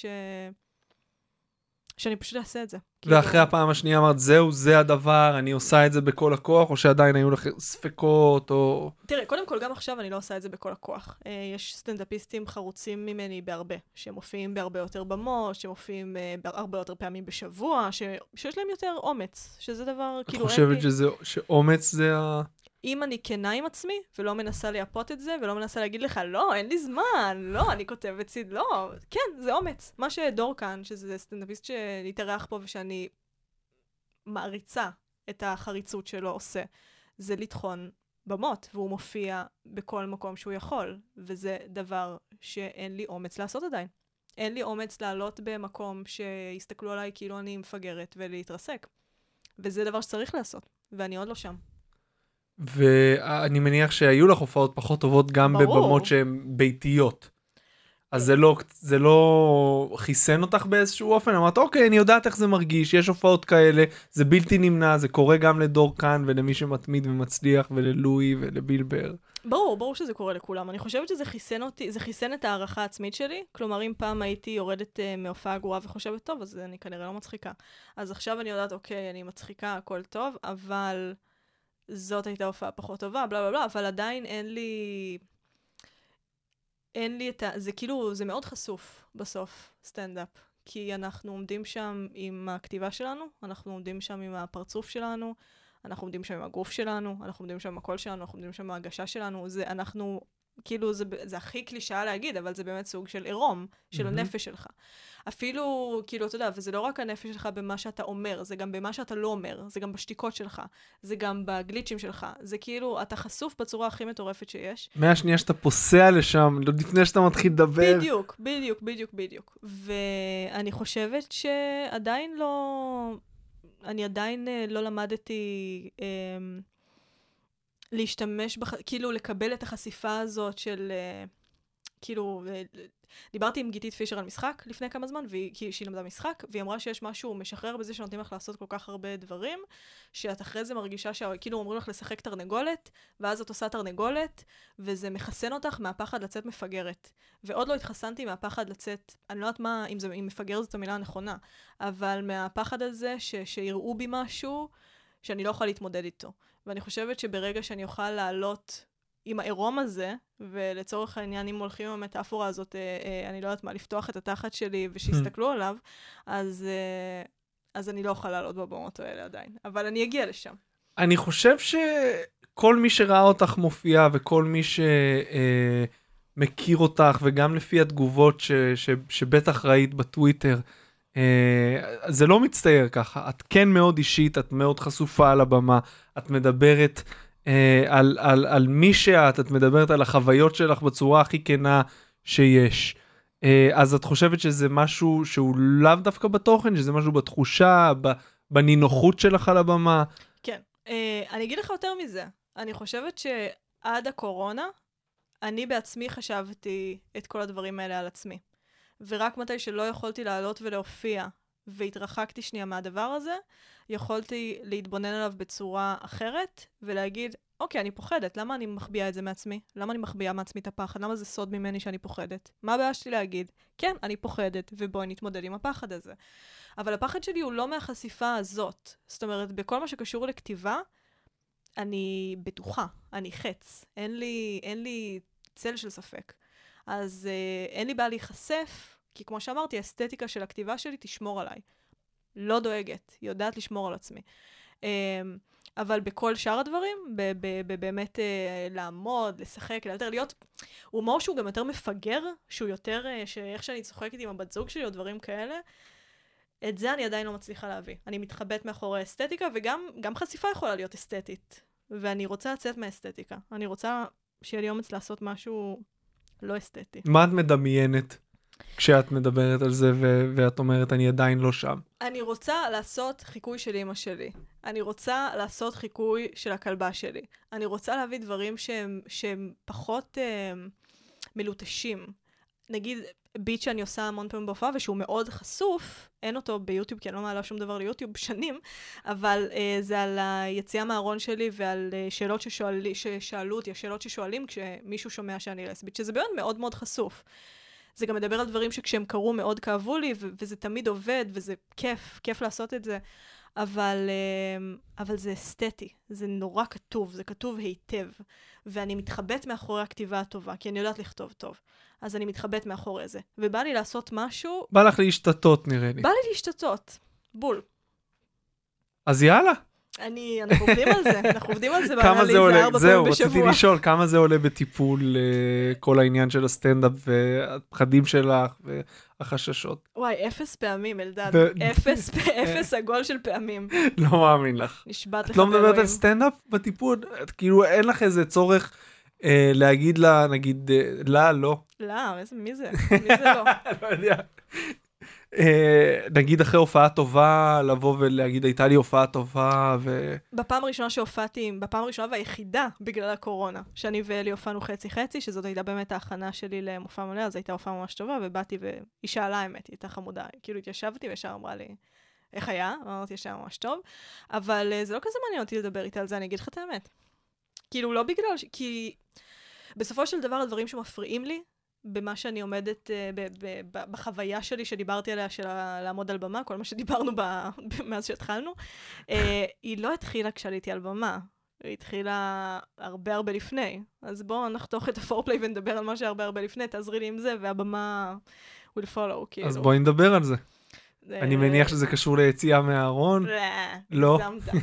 S5: שאני פשוט אעשה את זה.
S3: ואחרי הפעם השנייה אמרת, זהו, זה הדבר, אני עושה את זה בכל הכוח, או שעדיין היו לך ספקות, או...
S5: תראה, קודם כל, גם עכשיו אני לא עושה את זה בכל הכוח. יש סטנדאפיסטים חרוצים ממני בהרבה, שמופיעים בהרבה יותר במות, שמופיעים בהרבה יותר פעמים בשבוע, שיש להם יותר אומץ, שזה דבר, כאילו...
S3: את חושבת שאומץ זה ה...
S5: אם אני כנה עם עצמי, ולא מנסה לייפות את זה, ולא מנסה להגיד לך, לא, אין לי זמן, לא, אני כותבת סיד, לא, כן, זה אומץ. מה שדור כאן, שזה סטנדאפיסט שנתארח פה, ושאני מעריצה את החריצות שלו עושה, זה לטחון במות, והוא מופיע בכל מקום שהוא יכול, וזה דבר שאין לי אומץ לעשות עדיין. אין לי אומץ לעלות במקום שיסתכלו עליי כאילו אני מפגרת ולהתרסק. וזה דבר שצריך לעשות, ואני עוד לא שם.
S3: ואני מניח שהיו לך הופעות פחות טובות גם בבמות שהן ביתיות. אז זה לא חיסן אותך באיזשהו אופן? אמרת, אוקיי, אני יודעת איך זה מרגיש, יש הופעות כאלה, זה בלתי נמנע, זה קורה גם לדור כאן ולמי שמתמיד ומצליח וללואי ולבילבר.
S5: ברור שזה קורה לכולם. אני חושבת שזה חיסן אותי, זה חיסן את הערכה העצמית שלי. כלומר, אם פעם הייתי יורדת מהופעה גרועה וחושבת, טוב, אז אני כנראה לא מצחיקה. אז עכשיו אני יודעת, אוקיי, אני מצחיקה, הכל טוב, אבל זאת הייתה הופעה פחות טובה, בלה בלה בלה, אבל עדיין אין לי את זה כאילו, זה מאוד חשוף בסוף, סטנדאפ. כי אנחנו עומדים שם עם הכתיבה שלנו, אנחנו עומדים שם עם הפרצוף שלנו, אנחנו עומדים שם עם הגוף שלנו, אנחנו עומדים שם עם הקול שלנו, אנחנו עומדים שם עם ההגשה שלנו, אנחנו, כאילו, זה הכי קלישאה להגיד, אבל זה באמת סוג של עירום, של הנפש שלך. אפילו, כאילו, אתה יודע, וזה לא רק הנפש שלך במה שאתה אומר, זה גם במה שאתה לא אומר, זה גם בשתיקות שלך, זה גם בגליצ'ים שלך, זה כאילו, אתה חשוף בצורה הכי מטורפת שיש.
S3: מהשנייה שאתה פוסע לשם, לפני שאתה מתחיל לדבר.
S5: בדיוק. ואני חושבת שעדיין אני עדיין לא למדתי להשתמש, כאילו לקבל את החשיפה הזאת של, כאילו, דיברתי עם גיטית פישר על משחק לפני כמה זמן, שהיא למדה משחק, והיא אמרה שיש משהו משחרר בזה שנותנים לך לעשות כל כך הרבה דברים, שאת אחרי זה מרגישה שכאילו אומרים לך לשחק תרנגולת, ואז את עושה תרנגולת, וזה מחסן אותך מהפחד לצאת מפגרת. ועוד לא התחסנתי מהפחד לצאת, אני לא יודעת מה, אם מפגר זאת המילה הנכונה, אבל מהפחד הזה שיראו בי משהו שאני לא יכולה להתמודד איתו. ואני חושבת שברגע שאני אוכל לעלות עם העירום הזה, ולצורך העניין, אם הולכים עם המטאפורה הזאת, אני לא יודעת מה, לפתוח את התחת שלי ושיסתכלו עליו, אז אני לא אוכל לעלות בבמות האלה עדיין. אבל אני אגיע לשם.
S3: אני חושב שכל מי שראה אותך מופיעה, וכל מי שמכיר אותך, וגם לפי התגובות שבטח ראית בטוויטר, זה לא מצטייר ככה. את כן מאוד אישית, את מאוד חשופה על הבמה, את מדברת על מי שאת מדברת על החוויות שלך בצורה הכי כנה שיש. אז את חושבת שזה משהו שהוא לאו דווקא בתוכן, שזה משהו בתחושה, בנינוחות שלך על הבמה?
S5: כן. אני אגיד לך יותר מזה. אני חושבת שעד הקורונה, אני בעצמי חשבתי את כל הדברים האלה על עצמי. ורק מתי שלא יכולתי לעלות ולהופיע, והתרחקתי שנייה מהדבר הזה, יכולתי להתבונן עליו בצורה אחרת, ולהגיד, אוקיי, אני פוחדת, למה אני מחביאה את זה מעצמי? למה אני מחביאה מעצמי את הפחד? למה זה סוד ממני שאני פוחדת? מה הבעיה שלי להגיד? כן, אני פוחדת, ובואי נתמודד עם הפחד הזה. אבל הפחד שלי הוא לא מהחשיפה הזאת. זאת אומרת, בכל מה שקשור לכתיבה, אני בטוחה, אני חץ. אין לי צל של ספק. אז אין לי בעיה להיחשף, כי כמו שאמרתי, האסתטיקה של הכתיבה שלי תשמור עליי. לא דואגת, יודעת לשמור על עצמי. אבל בכל שאר הדברים, באמת לעמוד, לשחק, להיות הומור שהוא גם יותר מפגר, שהוא יותר, איך שאני צוחקת עם הבת זוג שלי או דברים כאלה, את זה אני עדיין לא מצליחה להביא. אני מתחבאת מאחורי אסתטיקה, וגם חשיפה יכולה להיות אסתטית. ואני רוצה לצאת מהאסתטיקה. אני רוצה שיהיה לי אומץ לעשות משהו לא אסתטי.
S3: מה את מדמיינת כשאת מדברת על זה ואת אומרת, אני עדיין לא שם?
S5: אני רוצה לעשות חיקוי של אמא שלי. אני רוצה לעשות חיקוי של הכלבה שלי. אני רוצה להביא דברים שהם פחות מלוטשים. נגיד, ביט שאני עושה המון פעמים בהופעה, ושהוא מאוד חשוף, אין אותו ביוטיוב, כי אני לא מעלה שום דבר ליוטיוב שנים, אבל זה על היציאה מהארון שלי, ועל שאלות ששאלו אותי, השאלות ששואלים כשמישהו שומע שאני לסבית, שזה באמת מאוד מאוד חשוף. זה גם מדבר על דברים שכשהם קרו מאוד כאבו לי, וזה תמיד עובד, וזה כיף לעשות את זה, אבל זה אסתטי, זה נורא כתוב, זה כתוב היטב, ואני מתחבאת מאחורי הכתיבה הטובה, כי אני יודעת לכתוב טוב. אז אני מתחבאת מאחורי זה. ובא לי לעשות משהו...
S3: בא לך להשתתות, נראה לי.
S5: בא לי להשתתות. בול.
S3: אז יאללה.
S5: אנחנו עובדים על זה. אנחנו עובדים על זה באנליזה 4 פעמים בשבוע.
S3: זהו, רציתי לשאול, כמה זה עולה בטיפול כל העניין של הסטנדאפ והפחדים שלך והחששות?
S5: וואי, 0 פעמים, אלדד. 0 עגול של פעמים.
S3: לא מאמין לך.
S5: נשבעת לך
S3: את לא מדברת על סטנדאפ בטיפול? כאילו, אין לך איזה צורך... להגיד לה, נגיד, לא.
S5: לא, מי זה? מי זה לא?
S3: לא יודע. נגיד אחרי הופעה טובה, לבוא ולהגיד, הייתה לי הופעה טובה,
S5: בפעם הראשונה שהופעתי, בפעם הראשונה והיחידה בגלל הקורונה, שאני ואלי הופענו חצי-חצי, שזאת הייתה באמת ההכנה שלי למופע מלא, אז הייתה הופעה ממש טובה, ובאתי והיא שאלה האמת, היא הייתה חמודה. כאילו התיישבתי וישר אמרה לי, איך היה? אמרתי, ישר ממש טוב. אבל זה לא כזה מעניין אותי לדבר איתה על זה, אני אגיד לך את האמת. כאילו, לא בגלל, כי בסופו של דבר, הדברים שמפריעים לי, במה שאני עומדת, בחוויה שלי שדיברתי עליה, של לעמוד על במה, כל מה שדיברנו מאז שהתחלנו, היא לא התחילה כשעליתי על במה, היא התחילה הרבה הרבה לפני. אז בואו נחתוך את הפורפליי ונדבר על מה שהרבה הרבה לפני, תעזרי לי עם זה, והבמה will follow, כאילו.
S3: אז בואי נדבר על זה. אני מניח שזה קשור ליציאה מהארון. לא.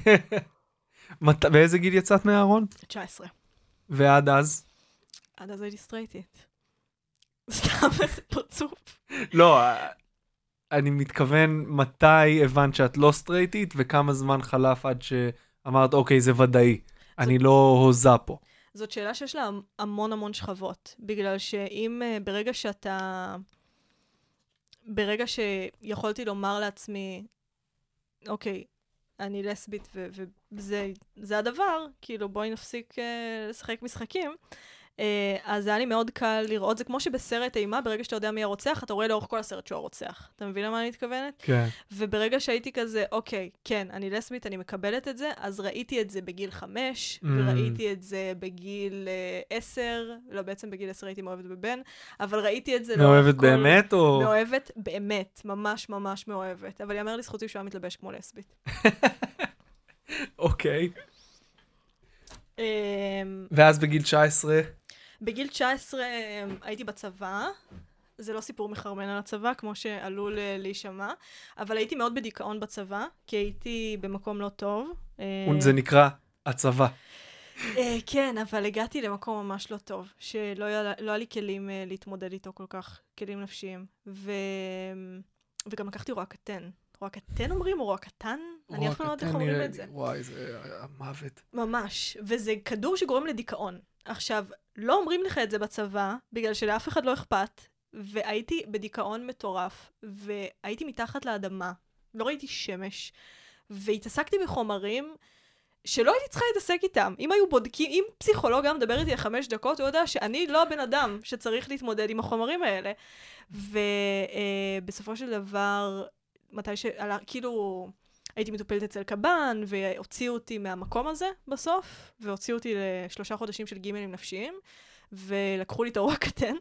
S3: באיזה גיל יצאת מהארון?
S5: 19.
S3: ועד אז?
S5: עד אז הייתי סטרייטית. סתם איזה פרצוף.
S3: לא, אני מתכוון מתי הבנת שאת לא סטרייטית, וכמה זמן חלף עד שאמרת, אוקיי, זה ודאי. אני לא הוזה פה.
S5: זאת שאלה שיש לה המון המון שכבות, בגלל שאם ברגע שיכולתי לומר לעצמי, אוקיי, אני לסבית וזה הדבר, כאילו בואי נפסיק לשחק משחקים, אז זה היה לי מאוד קל לראות, זה כמו שבסרט אימה, ברגע שאתה יודע מי הרוצח, אתה רואה לאורך כל הסרט שהוא הרוצח. אתה מבין למה אני מתכוונת?
S3: כן.
S5: וברגע שהייתי כזה, אוקיי, כן, אני לסבית, אני מקבלת את זה, אז ראיתי את זה בגיל 5, וראיתי את זה בגיל 10, לא, בעצם בגיל 10 הייתי מאוהבת בבן, אבל ראיתי את זה
S3: מאוהבת באמת או?
S5: מאוהבת באמת, ממש ממש מאוהבת, אבל יאמר לזכותי שהוא היה מתלבש כמו לסבית.
S3: אוקיי. ואז בגיל 19?
S5: בגיל 19 הייתי בצבא, זה לא סיפור מחרמן על הצבא, כמו שעלול להישמע, אבל הייתי מאוד בדיכאון בצבא, כי הייתי במקום לא טוב.
S3: זה נקרא הצבא.
S5: כן, אבל הגעתי למקום ממש לא טוב, שלא היה לי כלים להתמודד איתו כל כך, כלים נפשיים, וגם לקחתי רוע קטן. רוע קטן אומרים, או רוע קטן? אני אף לא יודעת איך אומרים את זה.
S3: וואי, זה המוות.
S5: ממש, וזה כדור שגורם לדיכאון. עכשיו, לא אומרים לך את זה בצבא, בגלל שלאף אחד לא אכפת, והייתי בדיכאון מטורף, והייתי מתחת לאדמה, לא ראיתי שמש, והתעסקתי בחומרים שלא הייתי צריכה להתעסק איתם. אם היו בודקים, אם פסיכולוג גם מדבר איתי 5 דקות, הוא יודע שאני לא הבן אדם שצריך להתמודד עם החומרים האלה. ובסופו של דבר, מתי כאילו, הייתי מטופלת אצל קב"ן, והוציאו אותי מהמקום הזה בסוף, והוציאו אותי ל3 חודשים של גימלים נפשיים, ולקחו לי את הרוע קטן,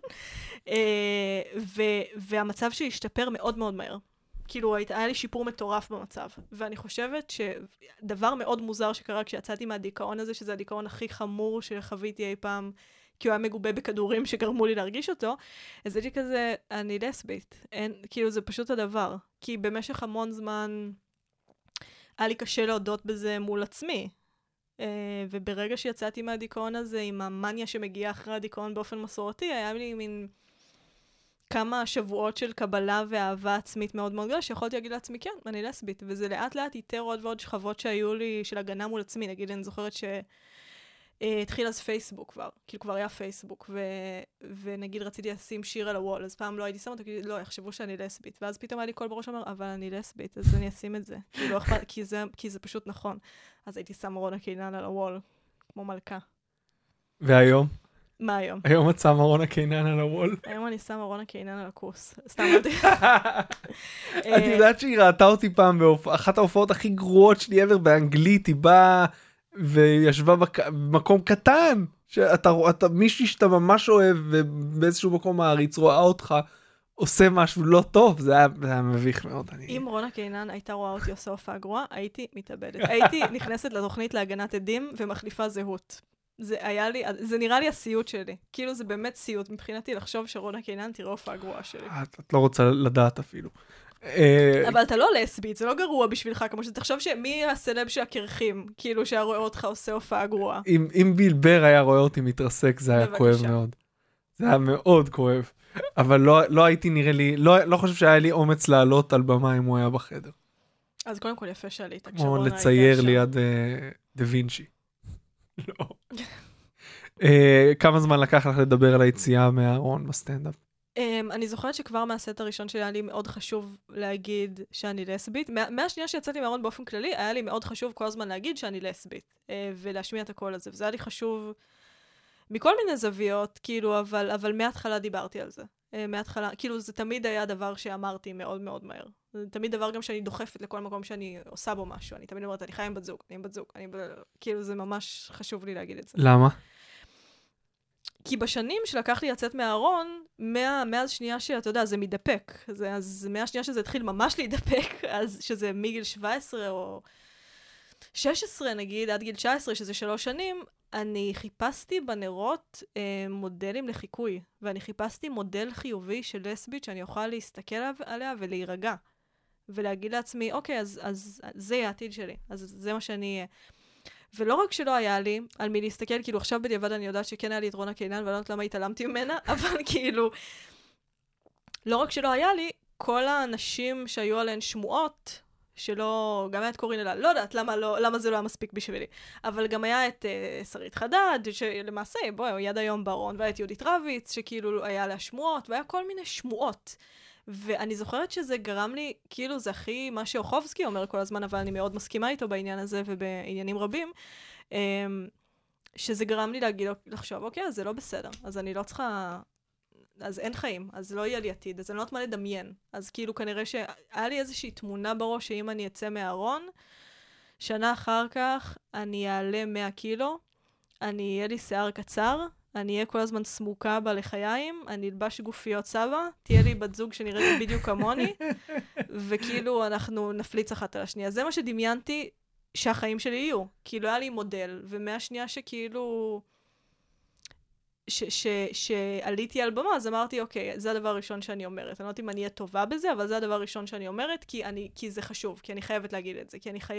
S5: והמצב שלי השתפר מאוד מאוד מהר. כאילו, היה לי שיפור מטורף במצב. ואני חושבת שדבר מאוד מוזר שקרה כשיצאתי מהדיכאון הזה, שזה הדיכאון הכי חמור שחוויתי אי פעם, כי הוא היה מגובה בכדורים שגרמו לי להרגיש אותו, אז הייתי כזה, אני לסבית. כאילו, זה פשוט הדבר. כי במשך המון זמן היה לי קשה להודות בזה מול עצמי. וברגע שיצאתי מהדיכאון הזה, עם המניה שמגיעה אחרי הדיכאון באופן מסורתי, היה לי מין כמה שבועות של קבלה ואהבה עצמית מאוד מאוד גדולה, שיכולתי להגיד לעצמי, כן, אני לסבית. וזה לאט לאט יותר עוד ועוד שכבות שהיו לי של הגנה מול עצמי. נגיד, אני זוכרת שהתחיל אז פייסבוק כבר. כאילו כבר היה פייסבוק. ונגיד רציתי לשים שיר על הוול, אז פעם לא הייתי שמה אותו, לא, יחשבו שאני לסבית. ואז פתאום היה לי קול בראש שאומר, אבל אני לסבית, אז אני אשים את זה. כאילו, לא אכפת, כי זה פשוט נכון. אז הייתי שמה רונה קינן על הוול, כמו מלכה.
S3: והיום?
S5: מה היום?
S3: היום את שמה רונה קינן על הוול.
S5: היום אני שמה רונה קינן על הכוס. סתם אמרתי.
S3: את יודעת שהיא ראתה אותי פעם באחת ההופעות הכי גרועות שלי ever באנגלית, היא באה וישבה במקום קטן, מישהי שאתה ממש אוהב ובאיזשהו מקום מעריץ רואה אותך עושה משהו לא טוב, זה היה מביך מאוד.
S5: אם רונה קינן הייתה רואה אותי עושה הופעה גרועה, הייתי מתאבדת. הייתי נכנסת לתוכנית להגנת עדים ומחליפה זהות. זה נראה לי הסיוט שלי. כאילו זה באמת סיוט מבחינתי לחשוב שרונה קינן תראה הופעה גרועה שלי.
S3: את לא רוצה לדעת אפילו.
S5: אבל אתה לא לסבית, זה לא גרוע בשבילך, כמו שתחשוב שמי הסלב שהקרחים, כאילו שהרואה אותך עושה הופעה גרועה.
S3: אם ביל בר היה רואה אותי מתרסק, זה היה כואב מאוד. זה היה מאוד כואב. אבל לא הייתי נראה לי, לא חושב שהיה לי אומץ לעלות על במה אם הוא היה בחדר.
S5: אז קודם כל יפה שעלית.
S3: או לצייר ליד דה וינצ'י. לא. כמה זמן לקח לך לדבר על היציאה מהארון בסטנדאפ?
S5: אני זוכרת שכבר מהסט הראשון שלי היה לי מאוד חשוב להגיד שאני לסבית. מהשנייה שיצאתי מהארון באופן כללי, היה לי מאוד חשוב כל הזמן להגיד שאני לסבית, ולהשמיע את הקול הזה. וזה היה לי חשוב מכל מיני זוויות, כאילו, אבל מההתחלה דיברתי על זה. מההתחלה, כאילו, זה תמיד היה דבר שאמרתי מאוד מאוד מהר. זה תמיד דבר גם שאני דוחפת לכל מקום שאני עושה בו משהו. אני תמיד אומרת, אני חיה עם בת זוג, כאילו, זה ממש חשוב לי להגיד את זה.
S3: למה?
S5: כי בשנים שלקח לי לצאת מהארון, מאז שנייה שאתה יודע, זה מתדפק. אז מהשנייה שזה התחיל ממש להידפק, אז שזה מגיל 17 או 16 נגיד, עד גיל 19, שזה 3 שנים, אני חיפשתי בנרות מודלים לחיקוי, ואני חיפשתי מודל חיובי של לסבית שאני אוכל להסתכל עליה ולהירגע, ולהגיד לעצמי, אוקיי, אז זה יהיה העתיד שלי, אז זה מה שאני אהיה. ולא רק שלא היה לי על מי להסתכל, כאילו עכשיו בדיעבד אני יודעת שכן היה לי את רונה קינן, ולא יודעת למה התעלמתי ממנה, אבל כאילו, לא רק שלא היה לי, כל האנשים שהיו עליהן שמועות, שלא, גם היה את קורין אלא, לא יודעת למה זה לא היה מספיק בשבילי, אבל גם היה את שרית חדד, שלמעשה, הוא יד היום בארון, והיה את יהודית רביץ, שכאילו היה לה שמועות, והיה כל מיני שמועות. ואני זוכרת שזה גרם לי, כאילו זה הכי מה שאוחובסקי אומר כל הזמן, אבל אני מאוד מסכימה איתו בעניין הזה ובעניינים רבים, שזה גרם לי לחשוב, אוקיי, אז זה לא בסדר, אז אני לא צריכה, אז אין חיים, אז לא יהיה לי עתיד, אז אני לא יודעת מה לדמיין. אז כאילו כנראה שהיה לי איזושהי תמונה בראש שאם אני אצא מהארון, שנה אחר כך אני אעלה 100 קילו, אני אהיה לי שיער קצר, אני אהיה כל הזמן סמוקה בלחיים, אני אלבש גופיות סבא, תהיה לי בת זוג שנראית בדיוק כמוני, וכאילו אנחנו נפליץ אחת על השנייה. זה מה שדמיינתי שהחיים שלי יהיו. כאילו היה לי מודל, ומהשנייה שכאילו שעליתי על במה, אז אמרתי, אוקיי, זה הדבר הראשון שאני אומרת. אני לא יודעת אם אני אהיה טובה בזה, אבל זה הדבר הראשון שאני אומרת, כי זה חשוב, כי אני חייבת להגיד את זה, כי אני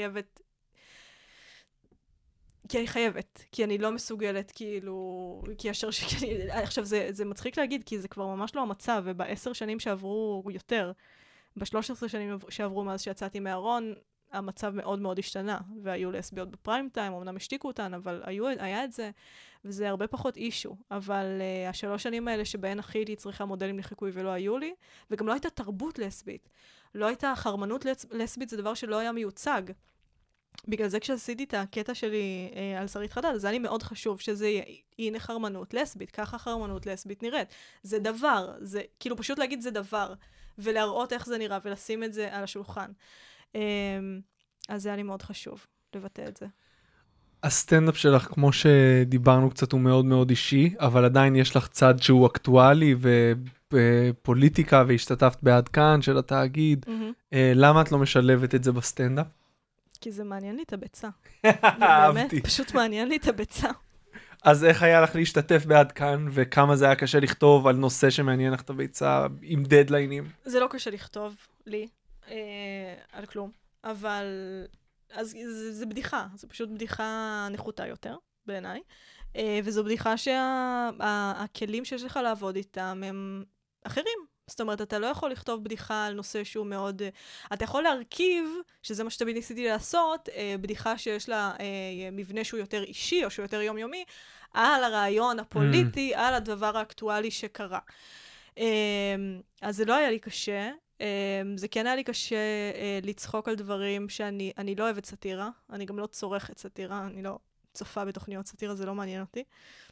S5: חייבת, כי אני לא מסוגלת, כאילו, כי אשר עכשיו זה מצחיק להגיד, כי זה כבר ממש לא המצב, וב10 שנים שעברו יותר, ב13 שנים שעברו מאז שיצאתי מהארון, המצב מאוד מאוד השתנה, והיו לסביות בפריים טיים, אמנם השתיקו אותן, אבל היה את זה, וזה הרבה פחות אישו. אבל 3 שנים האלה שבהן הכי הייתי צריכה מודלים לחיקוי ולא היו לי, וגם לא הייתה תרבות לסבית. לא הייתה חרמנות לסבית, זה דבר שלא היה מיוצג. בגלל זה כשעשיתי את הקטע שלי על שרית חדד, אז היה לי מאוד חשוב שזה הנה חרמנות לסבית, ככה חרמנות לסבית נראית. זה דבר, זה כאילו פשוט להגיד זה דבר, ולהראות איך זה נראה, ולשים את זה על השולחן. אז זה היה לי מאוד חשוב לבטא את זה.
S3: הסטנדאפ שלך, כמו שדיברנו קצת, הוא מאוד מאוד אישי, אבל עדיין יש לך צד שהוא אקטואלי ופוליטיקה, והשתתפת בעד כאן של התאגיד. למה את לא משלבת את זה בסטנדאפ?
S5: כי זה מעניין לי את הביצה. באמת, פשוט מעניין לי את הביצה.
S3: אז איך היה לך להשתתף בעד כאן, וכמה זה היה קשה לכתוב על נושא שמעניין לך את הביצה עם דדליינים?
S5: זה לא קשה לכתוב לי על כלום, אבל אז זה בדיחה, זה פשוט בדיחה נחותה יותר בעיניי, וזו בדיחה שהכלים שיש לך לעבוד איתם הם אחרים. זאת אומרת, אתה לא יכול לכתוב בדיחה על נושא שהוא מאוד... אתה יכול להרכיב, שזה מה שתמיד ניסיתי לעשות, בדיחה שיש לה מבנה שהוא יותר אישי או שהוא יותר יומיומי, על הרעיון הפוליטי, על הדבר האקטואלי שקרה. אז זה לא היה לי קשה. זה כן היה לי קשה לצחוק על דברים שאני לא אוהבת סאטירה. אני גם לא צורכת סאטירה, אני לא צופה בתוכניות סאטירה, זה לא מעניין אותי.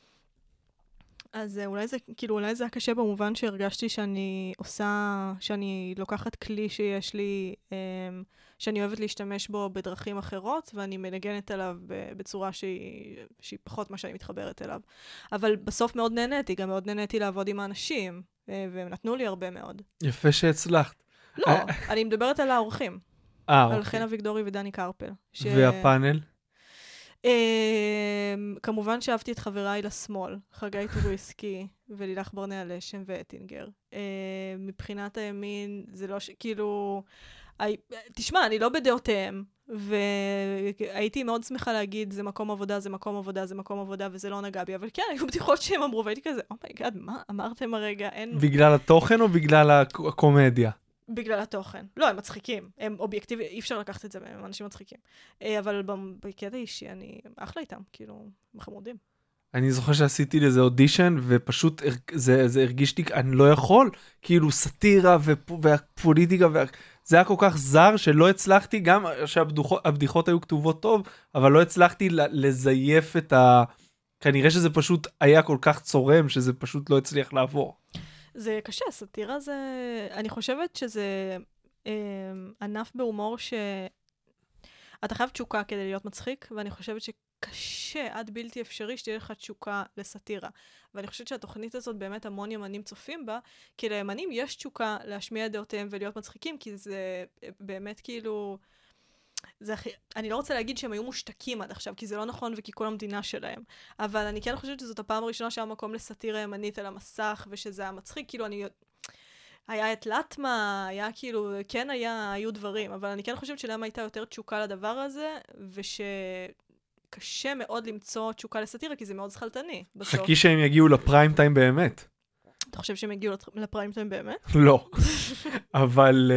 S5: אז אולי זה היה קשה במובן שהרגשתי שאני לוקחת כלי שיש לי, שאני אוהבת להשתמש בו בדרכים אחרות, ואני מנגנת עליו בצורה שהיא פחות מה שאני מתחברת אליו. אבל בסוף מאוד נהניתי, גם מאוד נהניתי לעבוד עם האנשים, והם נתנו לי הרבה מאוד.
S3: יפה שהצלחת.
S5: לא, אני מדברת על האורחים. על חן אביגדורי ודני קרפל.
S3: והפאנל?
S5: כמובן שאהבתי את חבריי לשמאל, חגי טוריסקי ולילך ברנע לשם ואטינגר. מבחינת הימין, זה לא כאילו... תשמע, אני לא בדעותיהם, והייתי מאוד שמחה להגיד, זה מקום עבודה, זה מקום עבודה, זה מקום עבודה, וזה לא נגע בי, אבל כן, היו בדיחות שהם אמרו, והייתי כזה, אומייגאד, מה אמרתם הרגע?
S3: בגלל התוכן או בגלל הקומדיה?
S5: בגלל התוכן. לא, הם מצחיקים. הם אובייקטיביים, אי אפשר לקחת את זה, הם אנשים מצחיקים. אבל בקטע אישי, אני אחלה איתם, כאילו, הם חמודים.
S3: אני זוכר שעשיתי לזה אודישן, ופשוט זה הרגיש לי, אני לא יכול, כאילו סאטירה והפוליטיקה, זה היה כל כך זר שלא הצלחתי, גם שהבדיחות היו כתובות טוב, אבל לא הצלחתי לזייף את כנראה שזה פשוט היה כל כך צורם, שזה פשוט לא הצליח לעבור.
S5: זה קשה, סאטירה זה... אני חושבת שזה ענף בהומור אתה חייב תשוקה כדי להיות מצחיק, ואני חושבת שקשה, עד בלתי אפשרי, שתהיה לך תשוקה לסאטירה. ואני חושבת שהתוכנית הזאת באמת המון ימנים צופים בה, כי לימנים יש תשוקה להשמיע דעותיהם ולהיות מצחיקים, כי זה באמת כאילו... אני לא רוצה להגיד שהם היו מושתקים עד עכשיו, כי זה לא נכון וכי כל המדינה שלהם. אבל אני כן חושבת שזאת הפעם הראשונה שהיה מקום לסאטירה ימנית על המסך, ושזה היה מצחיק, כאילו היה את לטמה, היה כאילו, כן היו דברים, אבל אני כן חושבת שלמה הייתה יותר תשוקה לדבר הזה, ושקשה מאוד למצוא תשוקה לסאטירה, כי זה מאוד שחלטני.
S3: חכי שהם יגיעו לפריים טיים באמת.
S5: אתה חושב שהם יגיעו לפריים טיים באמת?
S3: לא. אבל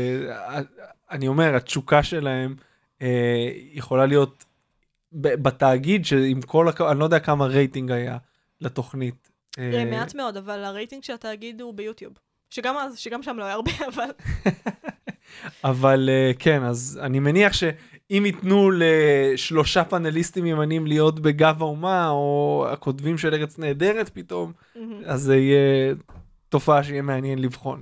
S3: אני אומר, התשוקה שלהם יכולה להיות בתאגיד, שעם כל, אני לא יודע כמה רייטינג היה לתוכנית.
S5: מעט מאוד, אבל הרייטינג של התאגיד הוא ביוטיוב. שגם שם לא היה הרבה, אבל...
S3: אבל כן, אז אני מניח שאם ייתנו ל3 פאנליסטים ימנים להיות בגב האומה, או הכותבים של ארץ נהדרת פתאום, אז זה יהיה תופעה שיהיה מעניין לבחון.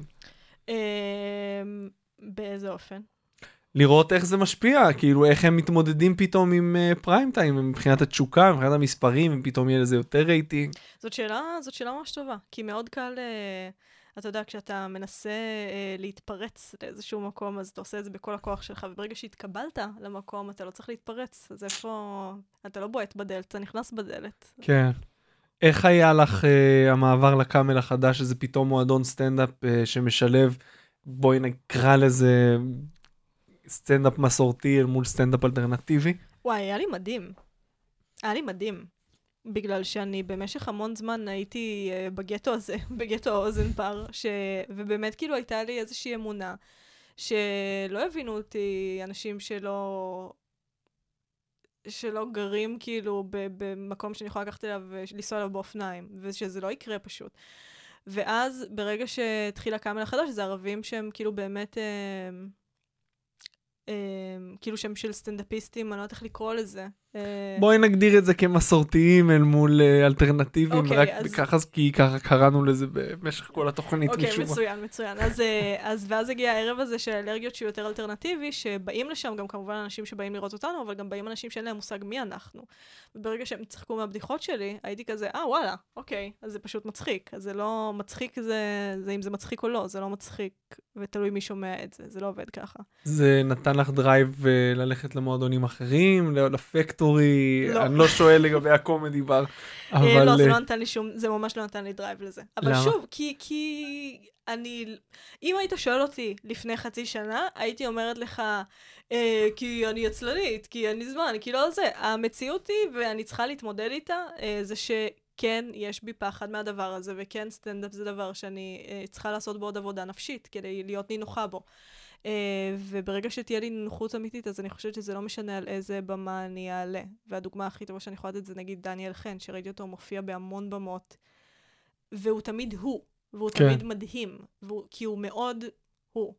S5: באיזה אופן?
S3: לראות איך זה משפיע, כאילו איך הם מתמודדים פתאום עם פריים טיים, מבחינת התשוקה, מבחינת המספרים, אם פתאום יהיה לזה יותר רייטינג.
S5: זאת שאלה ממש טובה, כי מאוד קל... אתה יודע, כשאתה מנסה להתפרץ לאיזשהו מקום, אז אתה עושה את זה בכל הכוח שלך, וברגע שהתקבלת למקום, אתה לא צריך להתפרץ. אז איפה... אתה לא בועט בדלת, אתה נכנס בדלת.
S3: כן. איך היה לך המעבר לקאמל החדש, שזה פתאום מועדון סטנדאפ שמשלב, בואי נקרא לזה סטנדאפ מסורתי אל מול סטנדאפ אלטרנטיבי?
S5: וואי, היה לי מדהים. היה לי מדהים. בגלל שאני במשך המון זמן הייתי בגטו הזה, בגטו האוזן בר, ובאמת כאילו הייתה לי איזושהי אמונה, שלא הבינו אותי, אנשים שלא גרים כאילו במקום שאני יכולה לקחת אליו ולנסוע אליו באופניים, ושזה לא יקרה פשוט. ואז ברגע שהתחיל הקאמל החדש, זה ערבים שהם כאילו באמת, כאילו שהם של סטנדאפיסטים, אני לא יודעת איך לקרוא לזה.
S3: בואי נגדיר את זה כמסורתיים אל מול אלטרנטיביים,
S5: אוקיי,
S3: רק
S5: אז...
S3: ככה, כי ככה קראנו לזה במשך כל התוכנית.
S5: אוקיי, מצוין. ואז הגיע הערב הזה של האלרגיות שהוא יותר אלטרנטיבי, שבאים לשם גם כמובן אנשים שבאים לראות אותנו, אבל גם באים אנשים שאין להם מושג מי אנחנו. וברגע שהם צחקו מהבדיחות שלי, הייתי כזה, וואלה, אוקיי, אז זה פשוט מצחיק. אז זה לא מצחיק, זה אם זה מצחיק או לא, זה לא מצחיק, ותלוי מי שומע את זה, זה לא עובד ככה.
S3: זה נתן לך דרייב ללכת למועדונים אחרים, לפקטורי,
S5: לא.
S3: אני לא שואל לגבי הקומדי בר, אבל...
S5: לא, זה לא נתן לי זה ממש לא נתן לי דרייב לזה. אבל
S3: למה?
S5: שוב, כי אם היית שואל אותי לפני חצי שנה, הייתי אומרת לך, כי אני עצלנית, כי אין לי זמן, כי לא זה. המציאות היא, ואני צריכה להתמודד איתה, זה שכן, יש בי פחד מהדבר הזה, וכן סטנדאפ זה דבר שאני צריכה לעשות בו עוד עבודה נפשית, כדי להיות נינוחה בו. וברגע שתהיה לי נינוחות אמיתית, אז אני חושבת שזה לא משנה על איזה במה אני אעלה. והדוגמה הכי טובה שאני יכולה לתת זה נגיד דניאל חן, שראיתי אותו מופיע בהמון במות, והוא תמיד הוא, והוא
S3: כן.
S5: תמיד מדהים, כי הוא מאוד הוא.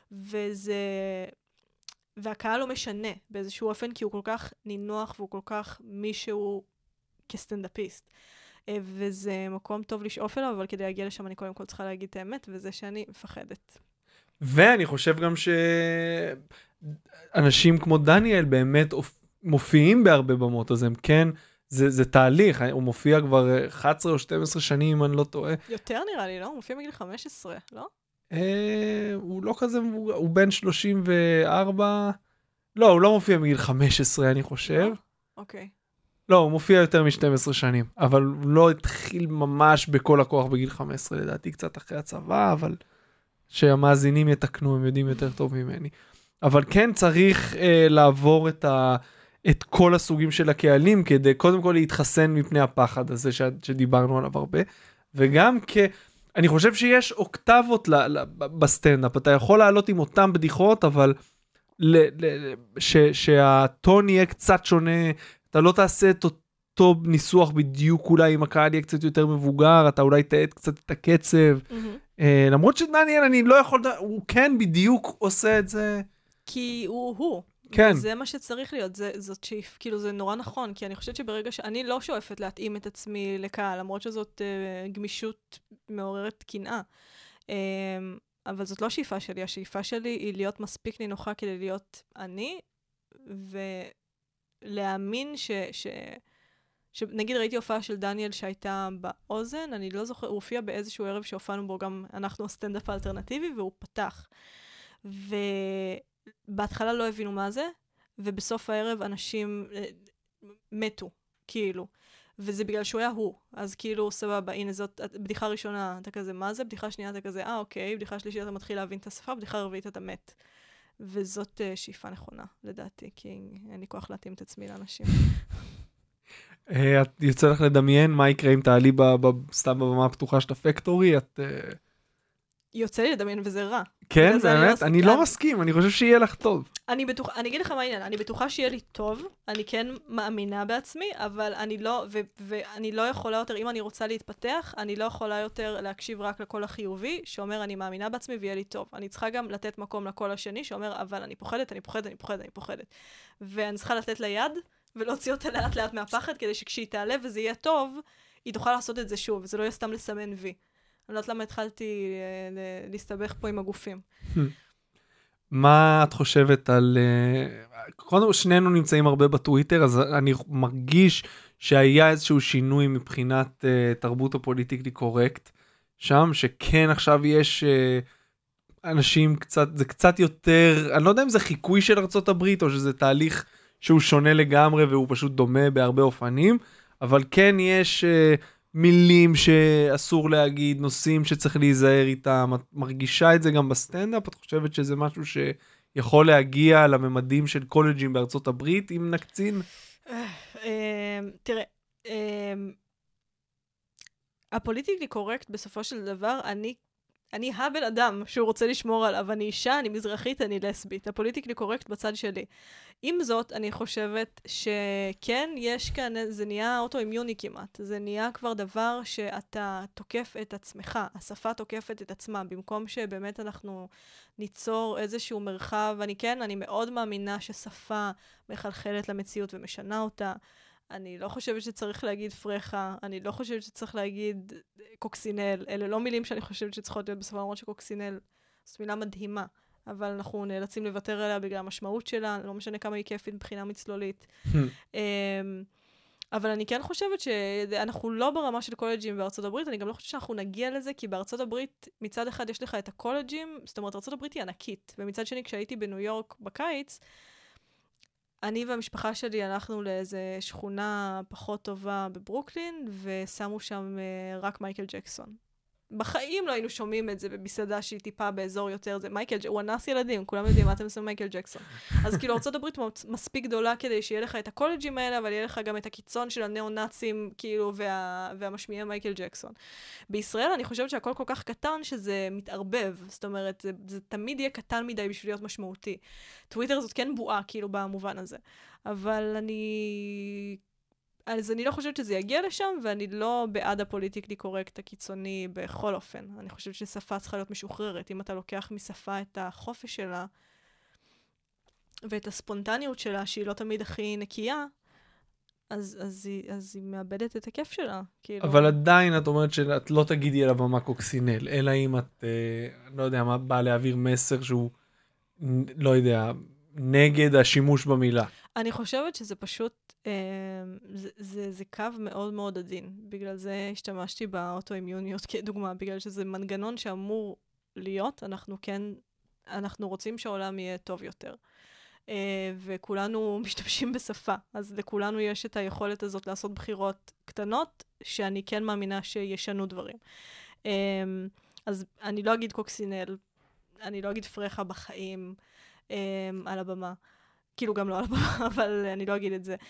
S5: והקהל לא משנה באיזשהו אופן, כי הוא כל כך נינוח, והוא כל כך מישהו כסטנדאפיסט. וזה מקום טוב לשאוף אליו, אבל כדי להגיע לשם אני קודם כל צריכה להגיד את האמת, וזה שאני מפחדת.
S3: ואני חושב גם שאנשים כמו דניאל באמת מופיעים בהרבה במות, אז הם כן, זה תהליך, הוא מופיע כבר 11 או 12 שנים, אם אני לא טועה.
S5: יותר נראה לי, לא? הוא מופיע מגיל 15, לא?
S3: הוא לא כזה מבוגר, הוא בן 34, לא, הוא לא מופיע מגיל 15, אני חושב.
S5: אוקיי.
S3: לא, הוא מופיע יותר מ-12 שנים, אבל הוא לא התחיל ממש בכל הכוח בגיל 15, לדעתי קצת אחרי הצבא, אבל שהמאזינים יתקנו, הם יודעים יותר טוב ממני. אבל כן צריך לעבור את כל הסוגים של הקהלים, כדי קודם כל להתחסן מפני הפחד הזה שדיברנו עליו הרבה, וגם אני חושב שיש אוקטבות בסטנדאפ, אתה יכול לעלות עם אותם בדיחות, אבל שהטון יהיה קצת שונה, אתה לא תעשה את אותו ניסוח בדיוק, אולי אם הקהל יהיה קצת יותר מבוגר, אתה אולי תעט קצת את הקצב, למרות שדניאל אני לא יכול, הוא כן בדיוק עושה את זה.
S5: כי הוא.
S3: כן.
S5: זה מה שצריך להיות, זאת שאיף, כאילו זה נורא נכון, כי אני חושבת שברגע שאני לא שואפת להתאים את עצמי לקהל, למרות שזאת גמישות מעוררת קנאה, אבל זאת לא שאיפה שלי, השאיפה שלי היא להיות מספיק נינוחה כדי להיות אני, ולהאמין נגיד ראיתי הופעה של דניאל שהייתה באוזן, אני לא זוכר, הוא הופיע באיזשהו ערב שהופענו בו גם אנחנו סטנדאפ אלטרנטיבי, והוא פתח. בהתחלה לא הבינו מה זה, ובסוף הערב אנשים מתו, כאילו. וזה בגלל שהוא היה הוא. אז כאילו, סבבה, הנה זאת בדיחה ראשונה, אתה כזה, מה זה? בדיחה שנייה, אתה כזה, אוקיי, בדיחה שלישית, אתה מתחיל להבין את השפה, בדיחה רביעית, אתה מת. וזאת שאיפה נכונה, לדעתי, כי אין לי כוח להתאים את עצמי לאנשים.
S3: את יוצא לך לדמיין מה יקרה אם תעלי סתם בבמה הפתוחה של הפקטורי, את...
S5: יוצא לי לדמיין וזה רע.
S3: כן, באמת? אני לא מסכים, אני חושב שיהיה לך טוב.
S5: אני אגיד לך מה העניין, אני בטוחה שיהיה לי טוב, אני כן מאמינה בעצמי, אבל ואני לא יכולה יותר, אם אני רוצה להתפתח, אני לא יכולה יותר להקשיב רק לקול החיובי, שאומר אני מאמינה בעצמי ויהיה לי טוב. אני צריכה גם לתת מקום לקול השני, שאומר אבל אני פוחדת. ואני צריכה לתת לה יד, ולהוציא אותה לאט לאט מהפחד, כדי שכשהיא תעלה וזה יהיה טוב, היא תוכל לעשות את זה שוב, וזה לא יהיה סתם לסמן וי. אני לא יודעת למה התחלתי להסתבך פה עם הגופים.
S3: מה את חושבת על... קודם שנינו נמצאים הרבה בטוויטר, אז אני מרגיש שהיה איזשהו שינוי מבחינת תרבות הפוליטיקלי קורקט, שם שכן עכשיו יש אנשים קצת, זה קצת יותר, אני לא יודע אם זה חיקוי של ארצות הברית, או שזה תהליך שהוא שונה לגמרי, והוא פשוט דומה בהרבה אופנים, אבל כן יש... מילים שאסור להגיד, נושאים שצריך להיזהר איתם, את מרגישה את זה גם בסטנדאפ? את חושבת שזה משהו שיכול להגיע לממדים של קולג'ים בארצות הברית, אם נקצין?
S5: תראה, הפוליטיקלי קורקט בסופו של דבר, אני אני הבן אדם שהוא רוצה לשמור עליו, אני אישה, אני מזרחית, אני לסבית. הפוליטיקלי קורקט בצד שלי. עם זאת, אני חושבת שכן, יש כאן, זה נהיה אוטואימיוני כמעט. זה נהיה כבר דבר שאתה תוקף את עצמך. השפה תוקפת את עצמה, במקום שבאמת אנחנו ניצור איזשהו מרחב. אני מאוד מאמינה ששפה מחלחלת למציאות ומשנה אותה. אני לא חושבת שצריך להגיד פרחה, אני לא חושבת שצריך להגיד קוקסינל, אלה לא מילים שאני חושבת שצריכות להיות בשפה, למרות שקוקסינל זאת מילה מדהימה, אבל אנחנו נאלצים לוותר עליה בגלל המשמעות שלה, לא משנה כמה היא כיפית מבחינה מצלולית. אבל אני כן חושבת שאנחנו לא ברמה של קולג'ים בארצות הברית, אני גם לא חושבת שאנחנו נגיע לזה, כי בארצות הברית מצד אחד יש לך את הקולג'ים, זאת אומרת ארצות הברית היא ענקית, ומצד שני כשהייתי בניו יורק בקיץ, אני והמשפחה שלי הלכנו לאיזה שכונה פחות טובה בברוקלין, ושמו שם רק מייקל ג'קסון. בחיים לא היינו שומעים את זה במסעדה שהיא טיפה באזור יותר, זה מייקל ג'קסון, הוא אנס ילדים, כולם יודעים מה אתם עושים מייקל ג'קסון. אז כאילו ארצות הברית מספיק גדולה כדי שיהיה לך את הקולג'ים האלה, אבל יהיה לך גם את הקיצון של הנאו-נאצים, כאילו, והמשמיעי מייקל ג'קסון. בישראל אני חושבת שהכל כל כך קטן שזה מתערבב, זאת אומרת, זה תמיד יהיה קטן מדי בשביל להיות משמעותי. טוויטר זאת כן בועה, כאילו, במובן הזה. אבל אז אני לא חושבת שזה יגיע לשם, ואני לא בעד הפוליטיקלי קורקט הקיצוני בכל אופן. אני חושבת ששפה צריכה להיות משוחררת. אם אתה לוקח משפה את החופש שלה, ואת הספונטניות שלה, שהיא לא תמיד הכי נקייה, אז היא מאבדת את הכיף שלה. כאילו.
S3: אבל עדיין את אומרת שאת לא תגידי על הבמה קוקסינל, אלא אם את, לא יודע מה, באה להעביר מסר שהוא, לא יודע, נגד השימוש במילה.
S5: אני חושבת שזה פשוט, זה קו מאוד מאוד עדין. בגלל זה השתמשתי באוטואימיוניות כדוגמה, בגלל שזה מנגנון שאמור להיות, אנחנו רוצים שהעולם יהיה טוב יותר. וכולנו משתמשים בשפה, אז לכולנו יש את היכולת הזאת לעשות בחירות קטנות, שאני כן מאמינה שישנו דברים. אז אני לא אגיד קוקסינל, אני לא אגיד פרחה בחיים על הבמה. כאילו גם לא על הבמה, אבל אני לא אגיד את זה.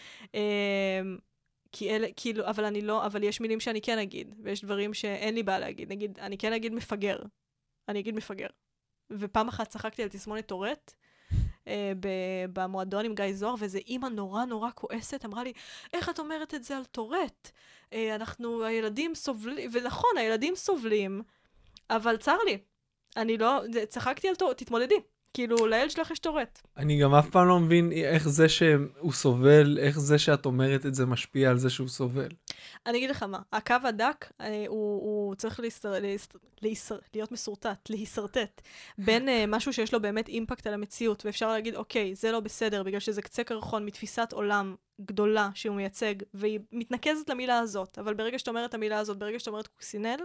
S5: אבל יש מילים שאני כן אגיד, ויש דברים שאין לי בעיה להגיד. נגיד, אני כן אגיד מפגר. אני אגיד מפגר. ופעם אחת צחקתי על תסמונת טורט, במועדון עם גיא זוהר, וזה אימא נורא נורא כועסת, אמרה לי, איך את אומרת את זה על טורט? הילדים סובלים, ונכון, הילדים סובלים, אבל צר לי. אני לא, צחקתי על טורט, תתמודדי. כאילו, לילד שלך יש טורט.
S3: אני גם אף פעם לא מבין איך זה שהוא סובל, איך זה שאת אומרת את זה משפיע על זה שהוא סובל.
S5: אני אגיד לך מה, הקו הדק, הוא צריך להיות מסורטט, להיסרטט, בין משהו שיש לו באמת אימפקט על המציאות, ואפשר להגיד, אוקיי, זה לא בסדר, בגלל שזה קצה קרחון מתפיסת עולם גדולה שהוא מייצג, והיא מתנקזת למילה הזאת, אבל ברגע שאתה אומרת את המילה הזאת, ברגע שאתה אומרת קוקסינל,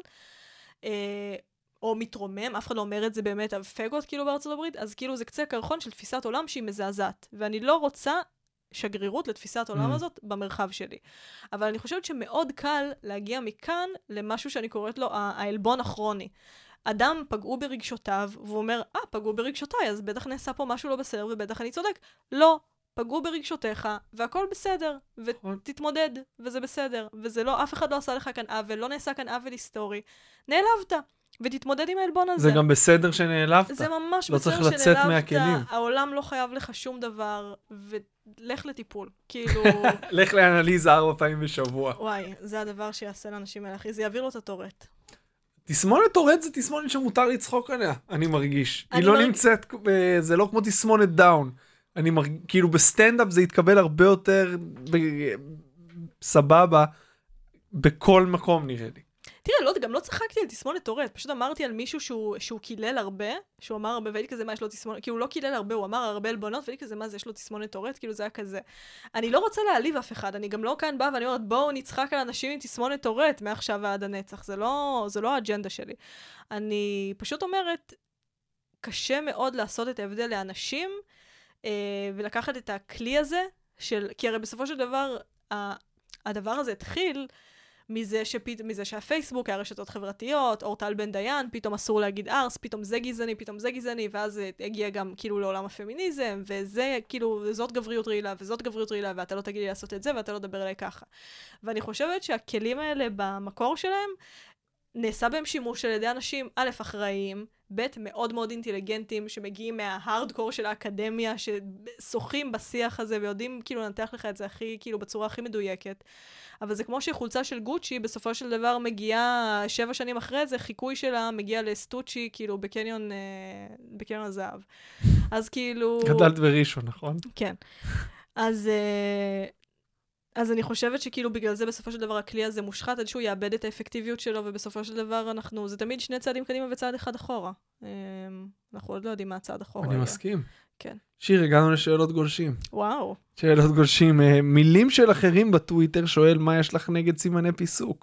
S5: או מתרומם, אף אחד לא אומר את זה באמת, הפגות כאילו בארצות הברית, אז כאילו זה קצה קרחון של תפיסת עולם שהיא מזעזעת, ואני לא רוצה שגרירות לתפיסת עולם הזאת במרחב שלי. אבל אני חושבת שמאוד קל להגיע מכאן למשהו שאני קוראת לו העלבון הכרוני. אדם פגעו ברגשותיו, והוא אומר, פגעו ברגשותיי, אז בטח נעשה פה משהו לא בסדר, ובטח אני צודק. לא, פגעו ברגשותיך, והכל בסדר, ותתמודד, וזה בסדר, וזה לא, אף אחד לא עשה לך כאן עוול, לא נעשה כאן עוול היסטורי. נעלבת. ותתמודד עם העלבון הזה.
S3: זה גם בסדר שנעלבת.
S5: זה ממש
S3: לא
S5: בסדר
S3: צריך לצאת מהכלים.
S5: העולם לא חייב לך שום דבר, ולך לטיפול. כאילו...
S3: לך לאנליזה 4 פעמים בשבוע.
S5: וואי, זה הדבר שיעשה לאנשים האלה, אחי. זה יעביר לו את הטורט.
S3: תסמונת טורט זה תסמונת שמותר לצחוק עליה, אני מרגיש. היא לא נמצאת, זה לא כמו תסמונת דאון. כאילו בסטנדאפ זה יתקבל הרבה יותר סבבה, בכל מקום נראה לי.
S5: תראה, גם לא צחקתי על תסמונת טורט, פשוט אמרתי על מישהו שהוא קילל הרבה, שהוא אמר הרבה, והייתי כזה, מה יש לו תסמונת, כי הוא לא קילל הרבה, הוא אמר הרבה אלבונות, והייתי כזה, מה זה, יש לו תסמונת טורט, כאילו זה היה כזה. אני לא רוצה להעליב אף אחד, אני גם לא כאן באה, ואני אומרת, בואו נצחק על אנשים עם תסמונת טורט, מעכשיו ועד הנצח, זה לא האג'נדה שלי. אני פשוט אומרת, קשה מאוד לעשות את ההבדל לאנשים, ולקחת את הכלי הזה, כי הרי בסופו של דבר, הדבר הזה התחיל מזה שהפייסבוק היה רשתות חברתיות, אורטל בן דיין, פתאום אסור להגיד ארס, פתאום זה גזעני, ואז הגיע גם כאילו לעולם הפמיניזם, וזה כאילו, זאת גבריות רעילה, וזאת גבריות רעילה, ואתה לא תגיד לי לעשות את זה, ואתה לא תדבר אליי ככה. ואני חושבת שהכלים האלה במקור שלהם, נעשה בהם שימוש על ידי אנשים, א', אחראיים, ב', מאוד מאוד אינטליגנטים, שמגיעים מההארדקור של האקדמיה, ששוחים בשיח הזה, ויודעים כאילו לנתח לך את זה הכי, כאילו בצורה הכי מדויקת. אבל זה כמו שחולצה של גוצ'י, בסופו של דבר מגיעה 7 שנים אחרי זה, חיקוי שלה מגיע לסטוצ'י, כאילו בקניון הזהב. אז כאילו...
S3: גדלת בראשון, נכון?
S5: כן. אז אני חושבת שכאילו בגלל זה בסופו של דבר הכלי הזה מושחת, עד שהוא יאבד את האפקטיביות שלו, ובסופו של דבר זה תמיד 2 צעדים קדימה וצעד אחד אחורה. אנחנו עוד לא יודעים מה הצעד אחורה.
S3: אני מסכים.
S5: כן.
S3: שיר, הגענו לשאלות גולשים.
S5: וואו.
S3: שאלות גולשים. מילים של אחרים בטוויטר שואל מה יש לך נגד סימני פיסוק.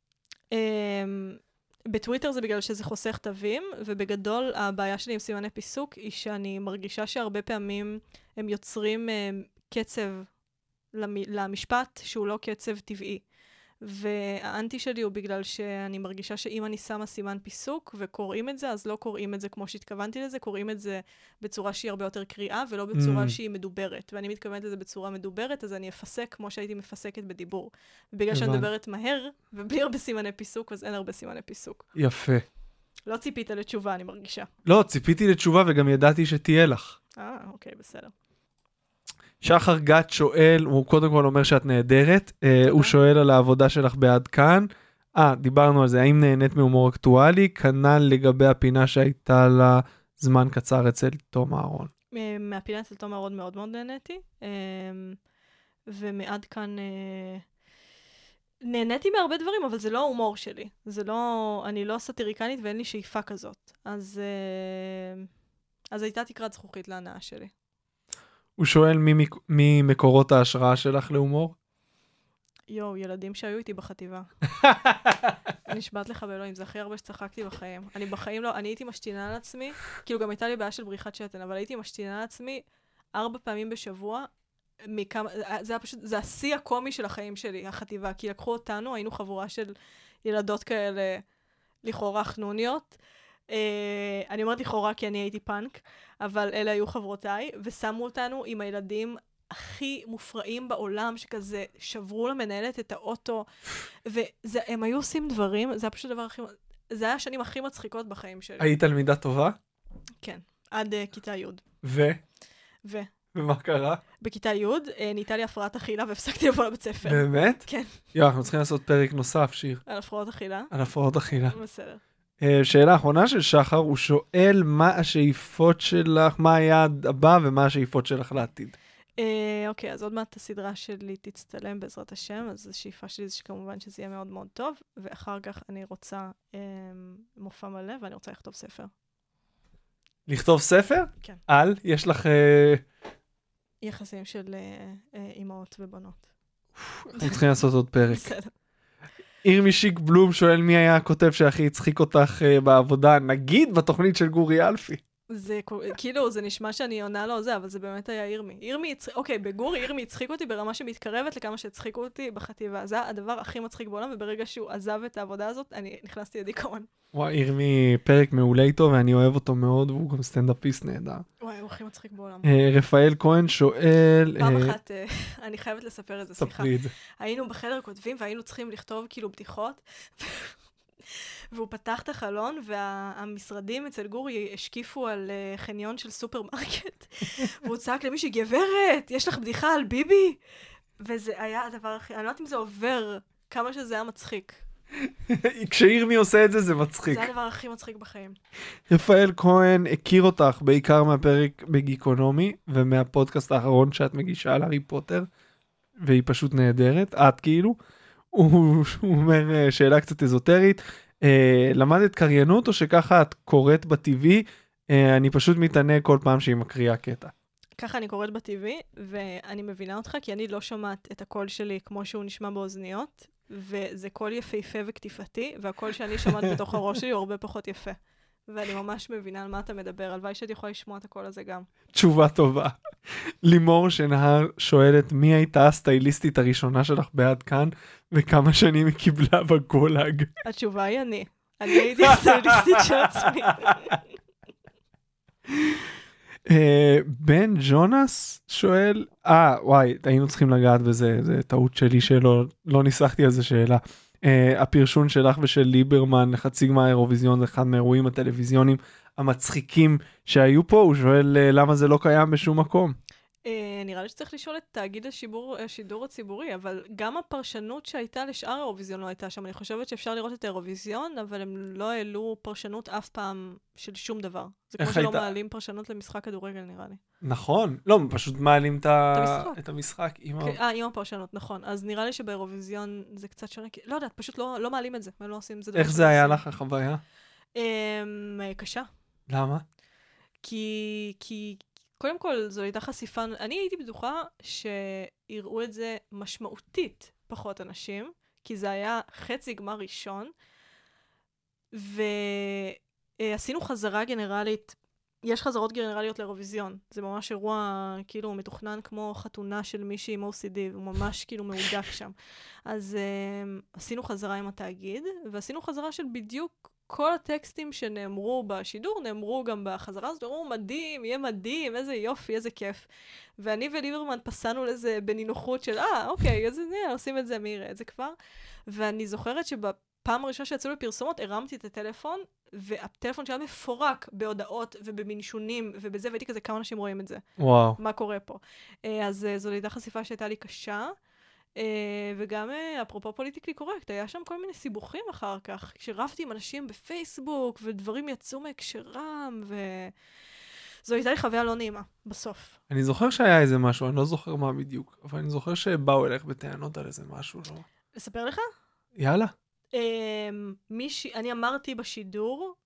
S5: בטוויטר זה בגלל שזה חוסך תווים, ובגדול הבעיה שלי עם סימני פיסוק היא שאני מרגישה שהרבה פעמים הם יוצרים קצב למשפט שהוא לא קצב טבעי. והאנטי שלי הוא בגלל שאני מרגישה שאם אני שמה סימן פיסוק וקוראים את זה, אז לא קוראים את זה כמו שהתכוונתי לזה, קוראים את זה בצורה שהיא הרבה יותר קריאה, ולא בצורה שהיא מדוברת. ואני מתכוונת לזה בצורה מדוברת, אז אני אפסק כמו שהייתי מפסקת בדיבור. ובגלל שאני מדברת מהר, ובלי הרבה סימני פיסוק, אז אין הרבה סימני פיסוק.
S3: יפה.
S5: לא ציפית לתשובה, אני מרגישה.
S3: לא, ציפיתי לתשובה וגם ידעתי שתהיה לך.
S5: אוקיי, בסדר.
S3: שחר גת שואל, הוא קודם כל אומר שאת נהדרת, הוא שואל על העבודה שלך בעד כאן, דיברנו על זה, האם נהנית מהומור אקטואלי, כנ"ל לגבי הפינה שהייתה לה זמן קצר אצל תום אהרון.
S5: מהפינה אצל תום אהרון מאוד מאוד נהניתי, ומעד כאן נהניתי מהרבה דברים, אבל זה לא ההומור שלי, אני לא סטיריקנית ואין לי שאיפה כזאת, אז הייתה תקרת זכוכית להנאה שלי.
S3: הוא שואל מי מקורות ההשראה שלך להומור?
S5: ילדים שהיו איתי בחטיבה. נשבעת לך באלוהים, זה הכי הרבה שצחקתי בחיים. אני בחיים לא, אני הייתי משתינה על עצמי, כאילו גם הייתה לי בעיה של בריחת שתן, אבל הייתי משתינה על עצמי 4 פעמים בשבוע, זה היה פשוט, זה השיא הקומי של החיים שלי, החטיבה, כי לקחו אותנו, היינו חבורה של ילדות כאלה, לכאורה חנוניות, אני אומרת לכאורה כי אני הייתי פאנק, אבל אלה היו חברותיי, ושמו אותנו עם הילדים הכי מופרעים בעולם, שכזה שברו למנהלת את האוטו, והם היו עושים דברים, זה היה פשוט דבר הכי, זה היה השנים הכי מצחיקות בחיים שלי.
S3: היית תלמידה טובה?
S5: כן, עד כיתה י'.
S3: ומה קרה?
S5: בכיתה י' ניתה לי הפרעת אכילה, והפסקתי לבוא לבית ספר.
S3: באמת?
S5: כן.
S3: אנחנו צריכים לעשות פרק נוסף, שיר.
S5: על הפרעות אכילה?
S3: על הפרעות אכילה.
S5: בסדר.
S3: שאלה אחרונה של שחר, הוא שואל מה השאיפות שלך, מה היעד הבא ומה השאיפות שלך לעתיד.
S5: אוקיי, אז עוד מעט הסדרה שלי תצטלם בעזרת השם, אז השאיפה שלי זה שכמובן שזה יהיה מאוד מאוד טוב, ואחר כך אני רוצה מופע מלא ואני רוצה לכתוב ספר.
S3: לכתוב ספר?
S5: כן.
S3: יש לך...
S5: יחסים של אמהות ובנות.
S3: אנחנו צריכים לעשות עוד פרק.
S5: בסדר.
S3: ירמי שיק בלום שואל מי היה הכותב שהכי הצחיק אותך בעבודה, נגיד בתוכנית של גורי אלפי.
S5: זה כאילו, זה נשמע שאני עונה לו זה, אבל זה באמת היה ירמי. אוקיי, בגורי ירמי הצחיק אותי ברמה שמתקרבת לכמה שהצחיקו אותי בחטיבה. זה הדבר הכי מצחיק בעולם, וברגע שהוא עזב את העבודה הזאת, אני נכנסתי לדיכאון.
S3: וואי, ירמי פרק מעולה איתו, ואני אוהב אותו מאוד, והוא גם סטנדאפיסט נהדר.
S5: וואי, הוא הכי מצחיק בעולם.
S3: רפאל כהן שואל...
S5: פעם אחת, אני חייבת לספר את זה, סליחה.
S3: ספרי את זה.
S5: היינו בחדר כותבים, והיינו צריכים לכתוב כאילו בדיחות, והוא פתח את החלון, והמשרדים אצל גורי השקיפו על חניון של סופרמרקט, והוא צעק למישהי, גברת, יש לך בדיחה על ביבי? וזה היה הדבר הכי, אני לא יודעת אם זה עובר, כמה שזה היה מצחיק.
S3: כשירמי עושה את זה, זה מצחיק.
S5: זה הדבר הכי מצחיק בחיים.
S3: רפאל כהן הכיר אותך בעיקר מהפרק בגיקונומי, ומהפודקאסט האחרון שאת מגישה על הארי פוטר, והיא פשוט נהדרת, את כאילו. הוא אומר שאלה קצת אזוטרית, למדת קריינות או שככה את קוראת בטבעי, אני פשוט מתענה כל פעם שהיא מקריאה קטע.
S5: ככה אני קוראת בטבעי, ואני מבינה אותך, כי אני לא שומעת את הקול שלי כמו שהוא נשמע באוזניות, וזה קול יפהפה וכתיפתי, והקול שאני שומעת בתוך הראש שלי הוא הרבה פחות יפה. ואני ממש מבינה על מה אתה מדבר, הלוואי שאני יכולה לשמוע את הקול הזה גם.
S3: תשובה טובה. לימור שנהר שואלת, מי הייתה הסטייליסטית הראשונה שלך בעד כאן, וכמה שנים היא קיבלה בגולאג?
S5: התשובה היא אני. אני הייתי הסטייליסטית של עצמי.
S3: בן ג'ונס שואל, וואי, היינו צריכים לגעת בזה, זה טעות שלי שלא ניסחתי על זה שאלה. הפרשון שלך ושל ליברמן לחצי גמר האירוויזיון זה אחד מהאירועים הטלוויזיוניים המצחיקים שהיו פה, הוא שואל למה זה לא קיים בשום מקום.
S5: נראה לי שצריך לשאול את תאגיד השידור הציבורי, אבל גם הפרשנות שהייתה לשאר האירוויזיון לא הייתה שם. אני חושבת שאפשר לראות את האירוויזיון, אבל הם לא העלו פרשנות אף פעם של שום דבר. זה כמו שלא מעלים פרשנות למשחק כדורגל, נראה לי.
S3: נכון, לא, פשוט מעלים את המשחק
S5: עם הפרשנות, נכון. אז נראה לי שבאירוויזיון זה קצת שונה, לא יודעת, פשוט לא מעלים את זה, הם לא עושים את זה.
S3: איך זה היה לך החוויה?
S5: קשה.
S3: למה?
S5: כי קודם כל, זו הייתה חשיפה, אני הייתי בטוחה שיראו את זה משמעותית פחות אנשים, כי זה היה חצי גמר ראשון, ועשינו חזרה גנרלית, יש חזרות גנרליות לאירוויזיון, זה ממש אירוע כאילו מתוכנן כמו חתונה של מישהי עם OCD, הוא ממש כאילו מהודק שם. אז עשינו חזרה עם התאגיד, ועשינו חזרה של בדיוק כל הטקסטים שנאמרו בשידור, נאמרו גם בחזרה, אז אמרו, מדהים, יהיה מדהים, איזה יופי, איזה כיף. ואני וליברמן פסענו לזה בנינוחות של, אוקיי, אז עושים את זה, מי יראה את זה כבר. ואני זוכרת שבפעם הראשונה שיצאו לפרסומות, הרמתי את הטלפון, והטלפון שהיה מפורק בהודעות ובמנשונים ובזה, והייתי כזה, כמה אנשים רואים את זה.
S3: וואו.
S5: מה קורה פה? אז זו הייתה חשיפה שהייתה לי קשה. וגם אפרופו פוליטיקלי קורקט, היה שם כל מיני סיבוכים אחר כך, כשרבתי עם אנשים בפייסבוק, ודברים יצאו מהקשרם, וזו הייתה לי חוויה לא נעימה, בסוף.
S3: אני זוכר שהיה איזה משהו, אני לא זוכר מה בדיוק, אבל אני זוכר שבאו אליך בטענות על איזה משהו, לא?
S5: לספר לך?
S3: יאללה.
S5: אני אמרתי בשידור,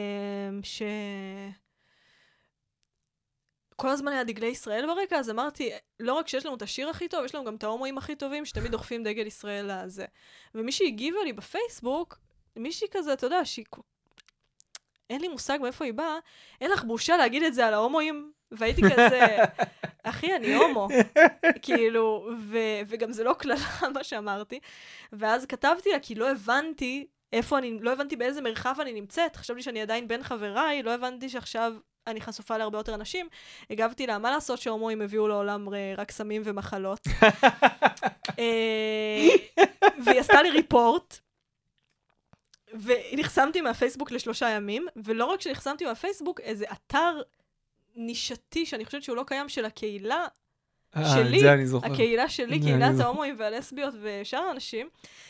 S5: כל הזמן היה דגלי ישראל ברקע, אז אמרתי, לא רק שיש לנו את השיר הכי טוב, יש לנו גם את ההומואים הכי טובים, שתמיד דוחפים דגל ישראל לזה. ומישהי הגיבה לי בפייסבוק, מישהי כזה, אתה יודע, אין לי מושג מאיפה היא באה, אין לך בושה להגיד את זה על ההומואים, והייתי כזה, אחי, אני הומו. כאילו, וגם זה לא כללה מה שאמרתי. ואז כתבתי לה, כי לא הבנתי לא הבנתי באיזה מרחב אני נמצאת, חשבתי שאני עדיין בין חבריי, לא הבנתי שעכשיו אני חשופה להרבה יותר אנשים. הגבתי לה, מה לעשות שהומואים הביאו לעולם רק סמים ומחלות? והיא עשתה לי ריפורט, ונחסמתי מהפייסבוק ל3 ימים, ולא רק שנחסמתי מהפייסבוק, איזה אתר נישתי, שאני חושבת שהוא לא קיים, של הקהילה שלי, הקהילה שלי, קהילת ההומואים והלסביות ושאר האנשים,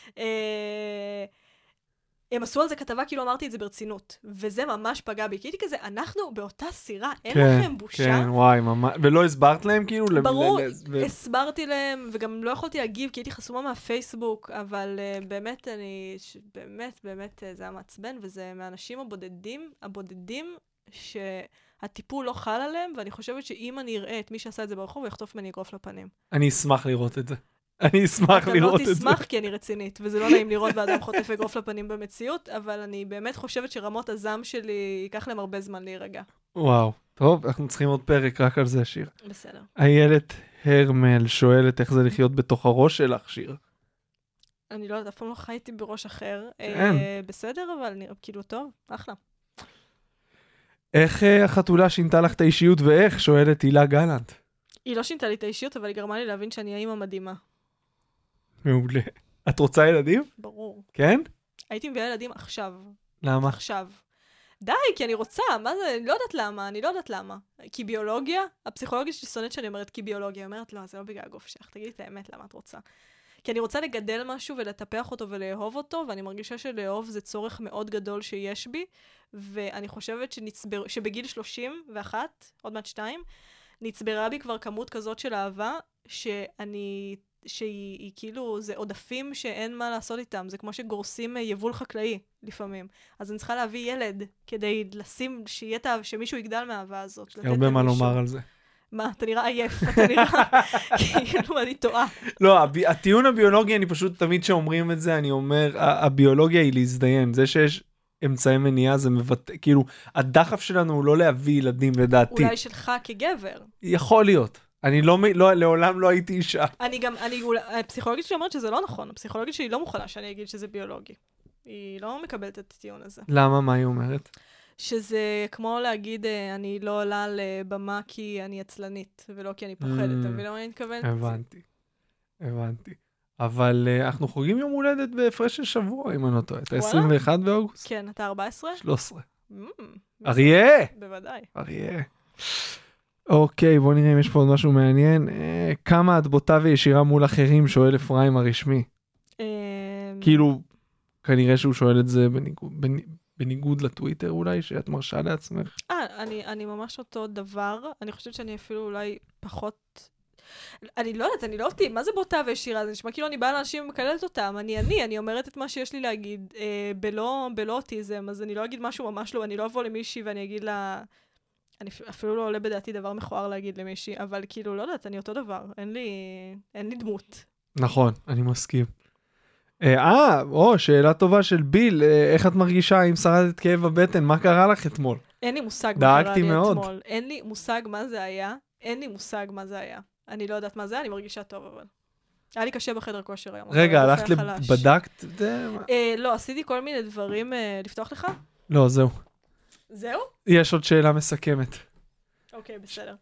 S5: הם עשו על זה כתבה, כאילו אמרתי את זה ברצינות, וזה ממש פגע בי, כי הייתי כזה, אנחנו באותה סירה, אין לכם בושה.
S3: כן, וואי, ממש, ולא הסברת להם כאילו?
S5: ברור, הסברתי להם, וגם לא יכולתי להגיב, כי הייתי חסומה מהפייסבוק, אבל באמת, באמת, זה היה מעצבן, וזה מהאנשים הבודדים, שהטיפול לא חל עליהם, ואני חושבת שאם אני אראה את מי שעשה את זה ברחוב, הוא יחטוף ממני אגרוף לפנים.
S3: אני אשמח לראות את זה. אני אשמח לראות את זה.
S5: אתה לא תשמח כי אני רצינית, וזה לא נעים לראות באדם חוטף אגרוף לפנים במציאות, אבל אני באמת חושבת שרמות הזעם שלי ייקח להם הרבה זמן להירגע.
S3: וואו, טוב, אנחנו צריכים עוד פרק רק על זה, שיר.
S5: בסדר.
S3: איילת הרמל שואלת איך זה לחיות בתוך הראש שלך, שיר.
S5: אני לא יודעת, אף פעם לא חייתי בראש אחר. בסדר, אבל כאילו טוב, אחלה.
S3: איך החתולה שינתה לך את האישיות ואיך? שואלת הילה גלנט.
S5: היא לא שינתה לי את האישיות, אבל היא גרמה לי להבין שאני האמא מדהימה.
S3: מעולה. את רוצה ילדים?
S5: ברור.
S3: כן?
S5: הייתי מביאה ילדים עכשיו.
S3: למה?
S5: עכשיו. די, כי אני רוצה. מה זה? אני לא יודעת למה. כי ביולוגיה, הפסיכולוגית שלי שונאת שאני אומרת כי ביולוגיה. היא אומרת, לא, זה לא בגלל הגוף שלך. תגידי את האמת, למה את רוצה? כי אני רוצה לגדל משהו ולטפח אותו ולאהוב אותו, ואני מרגישה שלאהוב זה צורך מאוד גדול שיש בי, ואני חושבת שבגיל 31, עוד מעט 2, נצברה בי כבר כמות כזאת של אהבה, שהיא כאילו, זה עודפים שאין מה לעשות איתם. זה כמו שגורסים יבול חקלאי לפעמים. אז אני צריכה להביא ילד כדי לשים, שמישהו יגדל מהאהבה הזאת.
S3: הרבה מה לומר על זה.
S5: מה, אתה נראה עייף, אתה נראה, כאילו אני טועה.
S3: לא, הטיעון הביולוגי, אני פשוט תמיד שאומרים את זה, אני אומר, הביולוגיה היא להזדיין. זה שיש אמצעי מניעה, זה מבטא, כאילו, הדחף שלנו הוא לא להביא ילדים, לדעתי.
S5: אולי שלך כגבר.
S3: יכול להיות. אני לעולם לא הייתי אישה.
S5: הפסיכולוגית שלי אומרת שזה לא נכון. הפסיכולוגית שלי לא מוכנה שאני אגיד שזה ביולוגי. היא לא מקבלת את הטיעון הזה.
S3: למה? מה היא אומרת?
S5: שזה כמו להגיד, אני לא עולה לבמה כי אני עצלנית, ולא כי אני פוחדת. אתה מבין מה אני מתכוונת?
S3: הבנתי. אבל אנחנו חוגגים יום הולדת בהפרש של שבוע, אם אני לא טועה. את
S5: וואלה?
S3: ה-21 באוגוסט?
S5: כן, אתה 14?
S3: 13. אריה!
S5: בוודאי.
S3: אריה. אוקיי, בוא נראה אם יש פה עוד משהו מעניין. כמה את בוטה וישירה מול אחרים, שואל אפרים הרשמי. כאילו, כנראה שהוא שואל את זה בניגוד לטוויטר אולי, שאת מרשה לעצמך.
S5: אני ממש אותו דבר. אני חושבת שאני אפילו אולי פחות... אני לא יודעת, אני לא אותי, מה זה בוטה וישירה? זה נשמע כאילו אני באה לאנשים ומקללת אותם. אני אומרת את מה שיש לי להגיד, בלא אוטיזם, אז אני לא אגיד משהו ממש לא, אני לא אבוא למישהי ואני אגיד לה... אני אפילו לא עולה בדעתי דבר מכוער להגיד למישהי, אבל כאילו, לא יודעת, אני אותו דבר. אין לי דמות.
S3: נכון, אני מסכים. שאלה טובה של ביל, איך את מרגישה אם שרדת כאב הבטן? מה קרה לך אתמול?
S5: אין לי מושג מה קרה לי
S3: מאוד.
S5: אתמול. אין לי מושג מה זה היה. אני לא יודעת מה זה היה, אני מרגישה טוב, אבל... היה לי קשה בחדר כושר היום.
S3: רגע, הלכת בדקת?
S5: לא, עשיתי כל מיני דברים. לפתוח לך?
S3: לא, זהו.
S5: זהו?
S3: יש עוד שאלה מסכמת.
S5: אוקיי, בסדר.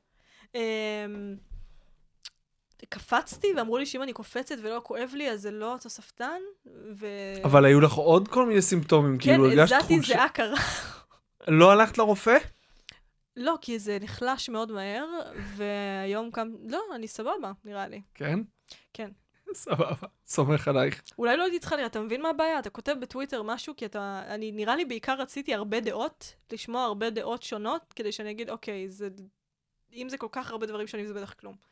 S5: קפצתי ואמרו לי שאם אני קופצת ולא כואב לי, אז זה לא תוספתן.
S3: אבל היו לך עוד כל מיני סימפטומים, כאילו הרגשת
S5: כן, הזעתי זיעה קרה.
S3: לא הלכת לרופא?
S5: לא, כי זה נחלש מאוד מהר, והיום לא, אני סבבה, נראה לי.
S3: כן?
S5: כן.
S3: סבבה, סומך עלייך.
S5: אולי לא הייתי צריכה לראות, אתה מבין מה הבעיה? אתה כותב בטוויטר משהו, כי נראה לי בעיקר רציתי הרבה דעות, לשמוע הרבה דעות שונות, כדי שאני אגיד, אוקיי, אם זה כל כך הרבה דברים שונים, זה בטח כלום.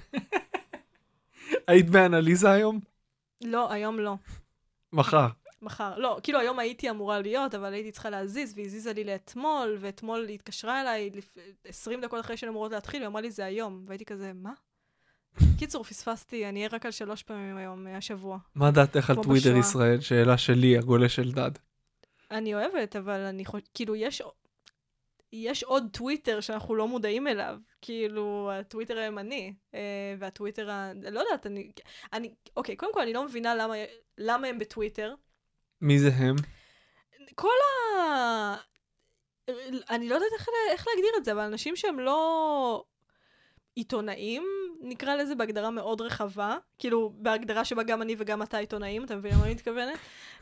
S3: היית באנליזה היום?
S5: לא, היום לא. מחר. לא, כאילו היום הייתי אמורה להיות, אבל הייתי צריכה להזיז, והיא הזיזה לי לאתמול, ואתמול היא התקשרה אליי 20 דקות אחרי שהן אמורות להתחיל, והיא אמרה לי, זה היום. והייתי כזה, מה? קיצור, פספסתי, אני אהיה רק על 3 פעמים היום, השבוע.
S3: מה דעתך על טוויטר ישראל? שאלה שלי, הגולה של דד.
S5: אני אוהבת, אבל אני כאילו, יש עוד טוויטר שאנחנו לא מודעים אליו. כאילו, הטוויטר הימני, והטוויטר לא יודעת, אוקיי, קודם כל, אני לא מבינה למה הם בטוויטר.
S3: מי זה הם?
S5: אני לא יודעת איך להגדיר את זה, אבל אנשים שהם לא עיתונאים, נקרא לזה בהגדרה מאוד רחבה, כאילו בהגדרה שבה גם אני וגם אתה עיתונאים, אתה מבין מה אני מתכוונת?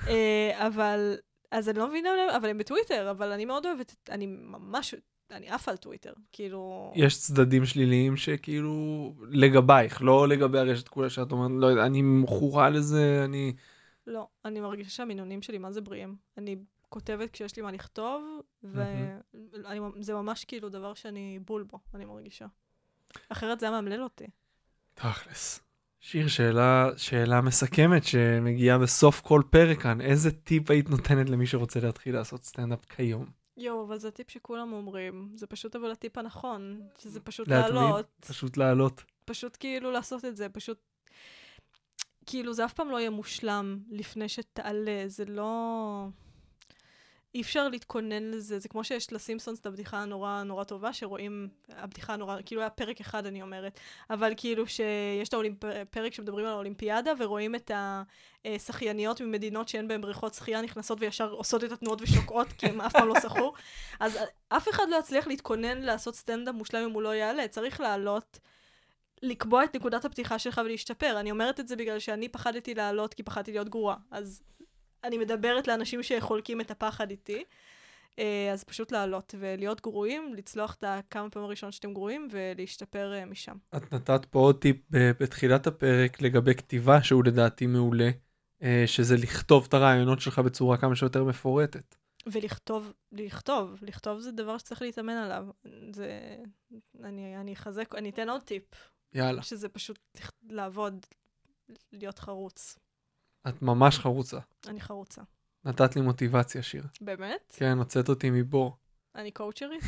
S5: אז אני לא מבינה עליהם, אבל הם בטוויטר, אבל אני מאוד אוהבת, אני עפה על טוויטר, כאילו... יש
S3: צדדים שליליים שכאילו לגבייך, לא לגבי הרשת כולה שאת אומרת, לא יודע, אני מכורה לזה,
S5: לא, אני מרגישה שהמינונים שלי, מה זה בריאים? אני כותבת כשיש לי מה לכתוב, וזה ממש כאילו דבר שאני בול בו, אני מרגישה. אחרת זה היה מאמלל אותי.
S3: תכלס. שיר, שאלה מסכמת שמגיעה בסוף כל פרק כאן. איזה טיפ היית נותנת למי שרוצה להתחיל לעשות סטנדאפ כיום?
S5: אבל זה טיפ שכולם אומרים. זה פשוט אבל הטיפ הנכון, שזה פשוט לעלות.
S3: פשוט לעלות.
S5: פשוט כאילו לעשות את זה, פשוט... כאילו זה אף פעם לא יהיה מושלם לפני שתעלה, זה לא... אי אפשר להתכונן לזה, זה כמו שיש לסימפסונס את הבדיחה הנורא נורא טובה, שרואים, הבדיחה הנורא, כאילו היה פרק אחד אני אומרת, אבל כאילו שיש פרק שמדברים על האולימפיאדה, ורואים את השחייניות ממדינות שאין בהן בריכות שחייה נכנסות וישר עושות את התנועות ושוקעות, כי הם אף פעם לא שחו, אז אף אחד לא יצליח להתכונן לעשות סטנדאפ מושלם אם הוא לא יעלה, צריך לעלות, לקבוע את נקודת הפתיחה שלך ולהשתפר. אני אומרת את זה בגלל שאני פחדתי לעלות כי פחדתי להיות גרועה, אז אני מדברת לאנשים שחולקים את הפחד איתי, אז פשוט לעלות ולהיות גרועים, לצלוח את כמה פעמים הראשון שאתם גרועים ולהשתפר משם. את
S3: נתת פה עוד טיפ בתחילת הפרק לגבי כתיבה שהוא לדעתי מעולה, שזה לכתוב את הרעיונות שלך בצורה כמה שיותר מפורטת.
S5: ולכתוב זה דבר שצריך להתאמן עליו. אני אחזק, אני אתן עוד טיפ.
S3: יאללה.
S5: שזה פשוט לעבוד, להיות חרוץ.
S3: את ממש חרוצה.
S5: אני חרוצה.
S3: נתת לי מוטיבציה, שיר.
S5: באמת?
S3: כן, הוצאת אותי מבור.
S5: אני קואוצ'רית?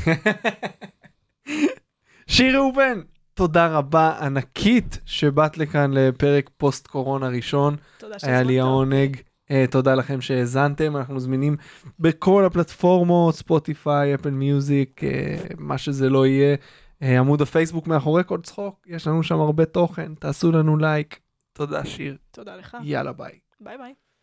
S3: שיר ראובן, תודה רבה ענקית שבאת לכאן לפרק פוסט קורונה ראשון.
S5: תודה
S3: היה לי העונג. תודה לכם שהאזנתם. אנחנו זמינים בכל הפלטפורמות, ספוטיפיי, אפל מיוזיק, מה שזה לא יהיה. עמוד הפייסבוק מאחורי כל צחוק. יש לנו שם הרבה תוכן. תעשו לנו לייק. תודה, שיר.
S5: תודה לך.
S3: יאללה, ביי.
S5: ביי ביי.